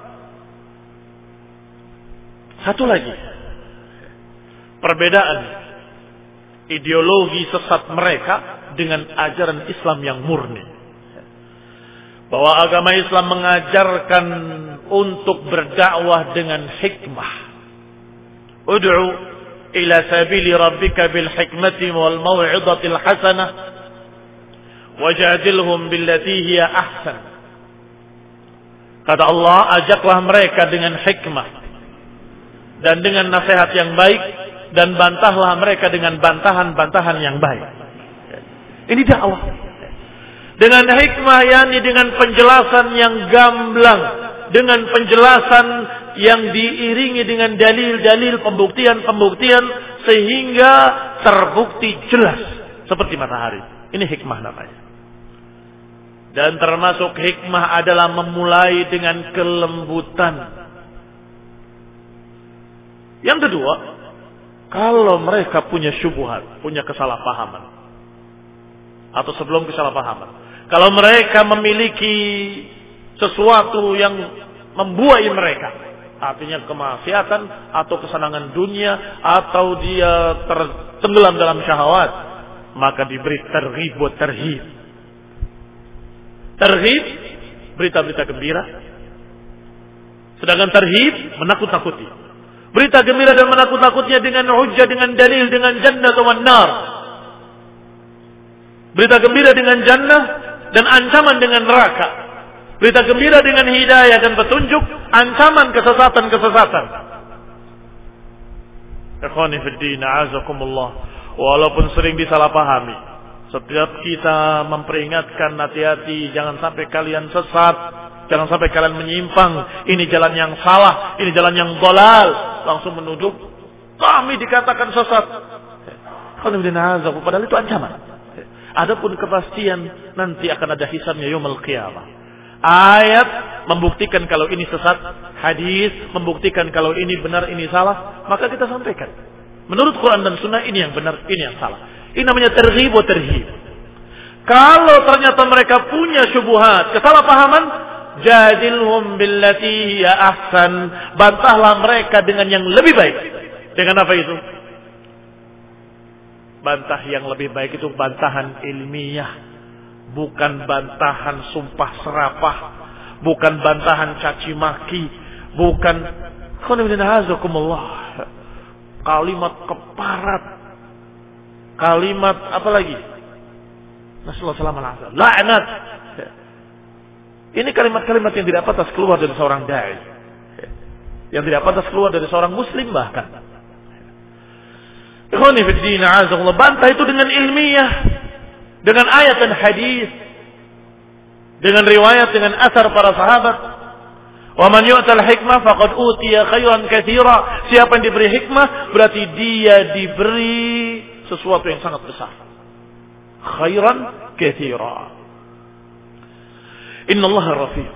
satu lagi perbedaan ideologi sesat mereka dengan ajaran Islam yang murni. Bahwa agama Islam mengajarkan untuk berdakwah dengan hikmah. Ud'u ila sabili rabbika bil hikmati wal maw'izatil hasanah wajadilhum billati hiya ahsan. Kata Allah, ajaklah mereka dengan hikmah dan dengan nasihat yang baik, dan bantahlah mereka dengan bantahan-bantahan yang baik. Ini dakwah. Dengan hikmah, yakni dengan penjelasan yang gamblang, dengan penjelasan yang diiringi dengan dalil-dalil, pembuktian-pembuktian, sehingga terbukti jelas seperti matahari. Ini hikmah namanya. Dan termasuk hikmah adalah memulai dengan kelembutan. Yang kedua, kalau mereka punya syubhat, punya kesalahpahaman, atau sebelum kesalahpahaman, kalau mereka memiliki sesuatu yang membuai mereka, artinya kemaksiatan atau kesenangan dunia, atau dia tertenggelam dalam syahwat, maka diberi targhib wa tarhib. Targhib, berita-berita gembira, sedangkan tarhib menakut-nakuti. Berita gembira dan menakut-nakutnya dengan hujjah, dengan dalil, dengan jannah atau nar. Berita gembira dengan jannah dan ancaman dengan neraka. Berita gembira dengan hidayah dan petunjuk, ancaman kesesatan-kesesatan. Ikhwani fid din, a'azakumullah. Walaupun sering disalahpahami, setiap kita memperingatkan, hati-hati, jangan sampai kalian sesat, jangan sampai kalian menyimpang, ini jalan yang salah, ini jalan yang dhalal. Langsung menuduh, kami dikatakan sesat. Padahal itu ancaman. Adapun kepastian, nanti akan ada hisabnya yaumul qiyamah. Ayat membuktikan kalau ini sesat, hadis membuktikan kalau ini benar, ini salah, maka kita sampaikan. Menurut Quran dan Sunnah, ini yang benar, ini yang salah. Ini namanya targhib wa tarhib. Kalau ternyata mereka punya syubhat, kesalahpahaman, jadilhum billati hiya ahsan, bantahlah mereka dengan yang lebih baik. Dengan apa itu? Bantah yang lebih baik itu bantahan ilmiah, bukan bantahan sumpah serapah, bukan bantahan caci maki, bukan kalimat keparat, kalimat apa lagi? Nasallallahu la'nat. Ini kalimat-kalimat yang tidak pantas keluar dari seorang dai, yang tidak pantas keluar dari seorang muslim bahkan. Ikhwani fid din, a'azakumullah. Bantah itu dengan ilmiah, dengan ayat dan hadis, dengan riwayat, dengan asar para sahabat. Wa man yu'tal hikmah faqad utiya khairan katsira. Siapa yang diberi hikmah berarti dia diberi sesuatu yang sangat besar. Khairan katsira. Innallaha rafiq.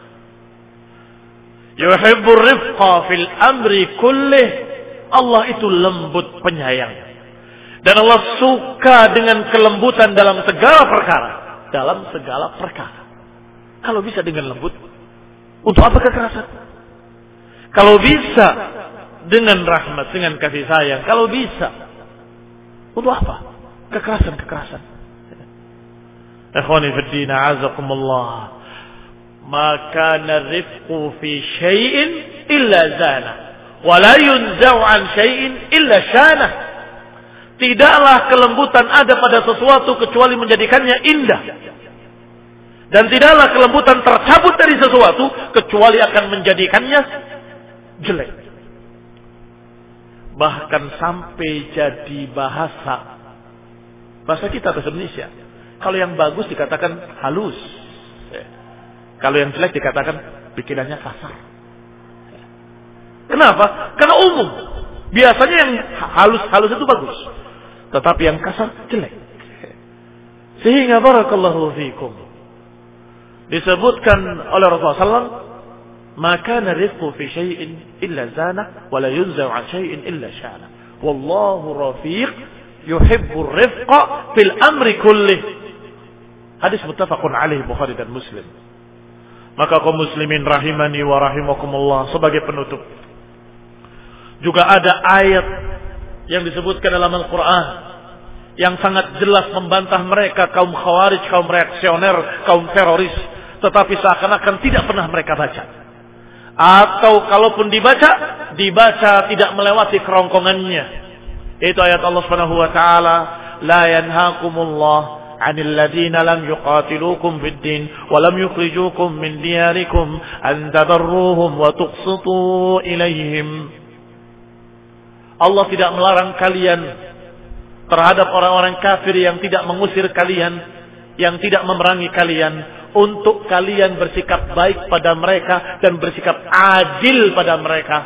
Yuhibbu ar-rifqa fil amri kullih. Allah itu lembut penyayang. Dan Allah suka dengan kelembutan dalam segala perkara. Dalam segala perkara. Kalau bisa dengan lembut, untuk apa kekerasan? Kalau bisa dengan rahmat, dengan kasih sayang. Kalau bisa, untuk apa? Kekerasan-kekerasan. Ikhwani fid din, a'azakumullah. Maka narifqu fi syai'in illa zana. Wala yunza'u an syai'in illa syana. Tidaklah kelembutan ada pada sesuatu kecuali menjadikannya indah. Dan tidaklah kelembutan tercabut dari sesuatu kecuali akan menjadikannya jelek. Bahkan sampai jadi bahasa kita bahasa Indonesia. Kalau yang bagus dikatakan halus. Kalau yang jelek dikatakan pikirannya kasar. Kenapa? Karena umum. Biasanya yang halus-halus itu bagus. Tetapi yang kasar jelek. Sehingga barakallahu fiikum. Disebutkan oleh Rasulullah SAW, maka narifqu fi syai'in illa zana, wa la yunza'u an syai'in illa syana. Wallahu rafiq yuhibbu rifqa fil amri kullih. Hadis muttafaqun alaih Bukhari dan Muslim. Maka kaum muslimin rahimani wa rahimakumullah, sebagai penutup, juga ada ayat yang disebutkan dalam Al-Quran yang sangat jelas membantah mereka, kaum khawarij, kaum reaksioner, kaum teroris, tetapi seakan-akan tidak pernah mereka baca. Atau kalaupun dibaca tidak melewati kerongkongannya. Itu ayat Allah Subhanahu wa taala, la yanhaakumullah 'anil ladzina lam yuqatilukum fid din wa lam yukhrijukum min diyarikum an tabarruhum wa tuqsitu ilaihim. Allah tidak melarang kalian terhadap orang-orang kafir yang tidak mengusir kalian, yang tidak memerangi kalian, untuk kalian bersikap baik pada mereka dan bersikap adil pada mereka.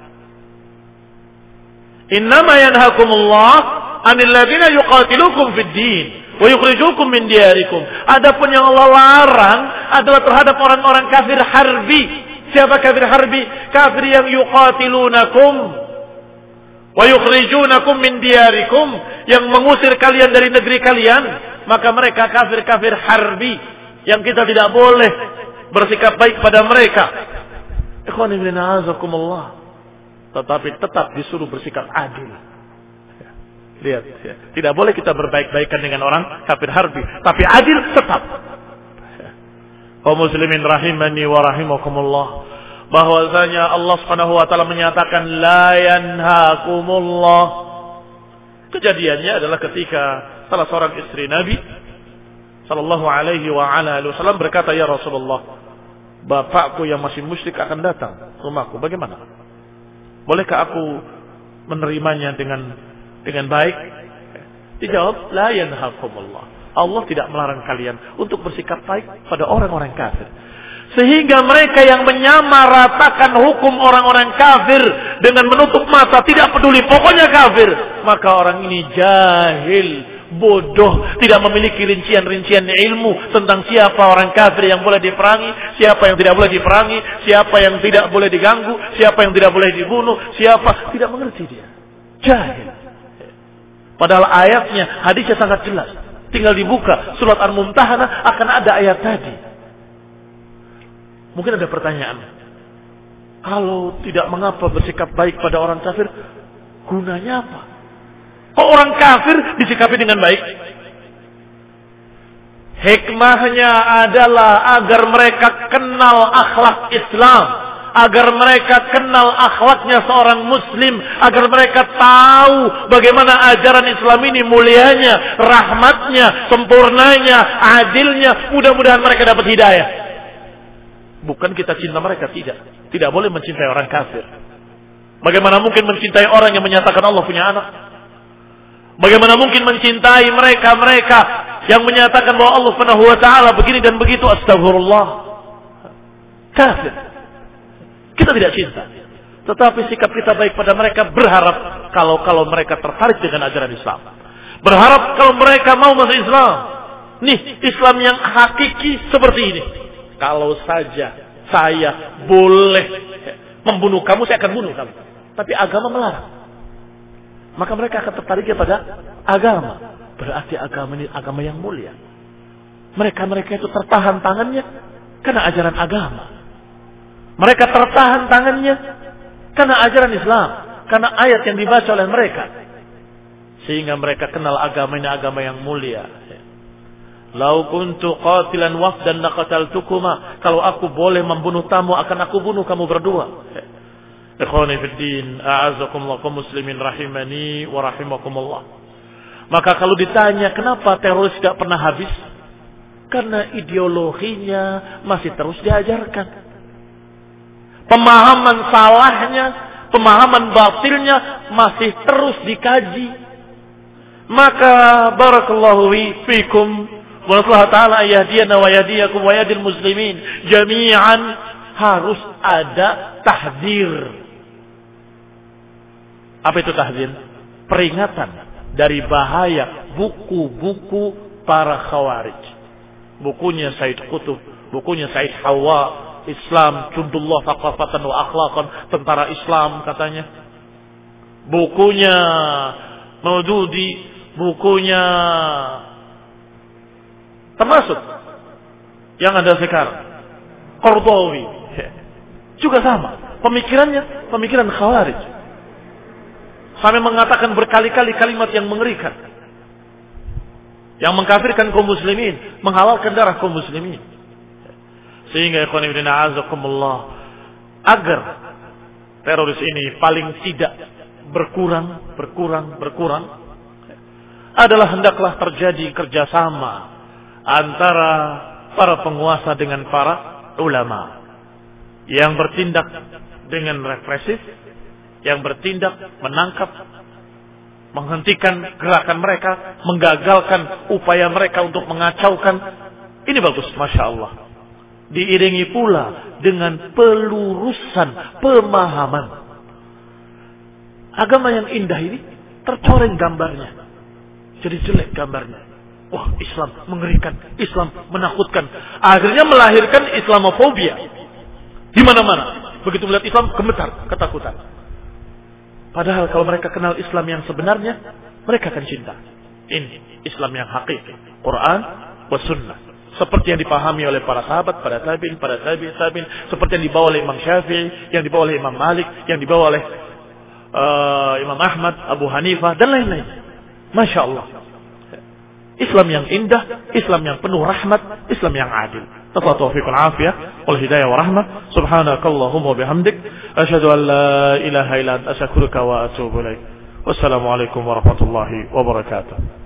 Innama yanhakumullah 'anil ladzina yuqatilukum fid din wa yukhrijukum min diyarikum. Adapun yang Allah larang adalah terhadap orang-orang kafir harbi. Siapa kafir harbi? Kafir yang yuqatilunakum wa yukhrijunakum min diyarikum, yang mengusir kalian dari negeri kalian, maka mereka kafir-kafir harbi yang kita tidak boleh bersikap baik pada mereka. Ikhwan ibn a'azakumullah. Tetapi tetap disuruh bersikap adil. Lihat, ya. Tidak boleh kita berbaik-baikan dengan orang kafir harbi, tapi adil tetap. Kaum muslimin rahimani wa rahimakumullah, bahwasanya Allah Subhanahu wa taala menyatakan la yanhaakumullah. Kejadiannya adalah ketika salah seorang istri Nabi sallallahu alaihi wa ala alihi wasallam berkata, "Ya Rasulullah, bapakku yang masih musyrik akan datang ke rumahku. Bagaimana? Bolehkah aku menerimanya dengan baik?" Dijawab, la yanhaakumullah. Allah tidak melarang kalian untuk bersikap baik pada orang-orang kafir. Sehingga mereka yang menyamaratakan hukum orang-orang kafir dengan menutup mata, tidak peduli, pokoknya kafir, maka orang ini jahil, bodoh, tidak memiliki rincian-rincian ilmu tentang siapa orang kafir yang boleh diperangi, siapa yang tidak boleh diperangi, siapa yang tidak boleh diganggu, siapa yang tidak boleh dibunuh, siapa, tidak mengerti dia. Jahil. Padahal ayatnya, hadisnya sangat jelas. Tinggal dibuka surat Al-Mumtahanah, akan ada ayat tadi. Mungkin ada pertanyaan, kalau tidak mengapa bersikap baik pada orang kafir, gunanya apa? Kok orang kafir disikapi dengan baik? Hikmahnya adalah agar mereka kenal akhlak Islam, agar mereka kenal akhlaknya seorang muslim, agar mereka tahu bagaimana ajaran Islam ini mulianya, rahmatnya, sempurnanya, adilnya. Mudah-mudahan mereka dapat hidayah. Bukan kita cinta mereka, tidak boleh mencintai orang kafir. Bagaimana mungkin mencintai orang yang menyatakan Allah punya anak? Bagaimana mungkin mencintai mereka yang menyatakan bahwa Allah Subhanahu wa taala begini dan begitu? Astagfirullah. Kafir. Kita tidak cinta. Tetapi sikap kita baik pada mereka, berharap kalau mereka tertarik dengan ajaran Islam. Berharap kalau mereka mau masuk Islam. Nih, Islam yang hakiki seperti ini. Kalau saja saya boleh membunuh kamu, saya akan bunuh kamu. Tapi agama melarang. Maka mereka akan tertarik pada agama. Berarti agama ini agama yang mulia. Mereka itu tertahan tangannya karena ajaran agama. Mereka tertahan tangannya karena ajaran Islam, karena ayat yang dibaca oleh mereka. Sehingga mereka kenal agama ini agama yang mulia. Lau kuntu qatilan wafdan laqataltukuma. Kalau aku boleh membunuh tamu, akan aku bunuh kamu berdua. Ikhwani fid din, a'azzakumullah kaum muslimin rahimani wa rahimakumullah. Maka kalau ditanya kenapa teroris tidak pernah habis? Karena ideologinya masih terus diajarkan. Pemahaman salahnya, pemahaman batilnya masih terus dikaji. Maka barakallahu fikum wa Allah ta'ala yahdiyana wa yahdiyakum wa yahdil muslimin jami'an. Harus ada tahdzir. Apa itu tahdzir? Peringatan dari bahaya buku-buku para khawarij. Bukunya Said Qutb, bukunya Said Hawa, Islam Jundullah Thaqafatan wa Akhlaqan, tentara Islam katanya. Bukunya Maududi, bukunya termasuk yang ada sekarang, Qardawi juga sama. Pemikirannya pemikiran Khawarij. Sampai mengatakan berkali-kali kalimat yang mengerikan. Yang mengkafirkan kaum muslimin, menghalalkan darah kaum muslimin. Sehingga ikhwan fillah a'azakumullah, agar teroris ini paling tidak berkurang adalah hendaklah terjadi kerjasama antara para penguasa dengan para ulama yang bertindak dengan represif, yang bertindak menangkap, menghentikan gerakan mereka, menggagalkan upaya mereka untuk mengacaukan. Ini bagus, Masya Allah. Diiringi pula dengan pelurusan pemahaman. Agama yang indah ini tercoreng gambarnya, jadi jelek gambarnya. Wah, Islam mengerikan, Islam menakutkan. Akhirnya melahirkan Islamofobia di mana-mana. Begitu melihat Islam gemetar, ketakutan. Padahal kalau mereka kenal Islam yang sebenarnya, mereka akan cinta. Ini Islam yang hakiki, Quran wa Sunnah. Seperti yang dipahami oleh para sahabat, para tabi'in, seperti yang dibawa oleh Imam Syafi'i, yang dibawa oleh Imam Malik, yang dibawa oleh Imam Ahmad, Abu Hanifah, dan lain-lain. Masya Allah. Islam yang indah, Islam yang penuh rahmat, Islam yang adil. Taufiqul afiyah wal hidayah wa rahmah. Subhanakallahumma bihamdik asyhadu an la ilaha illa anta astaghfiruka wa atubu ilaik. Wassalamualaikum warahmatullahi wabarakatuh.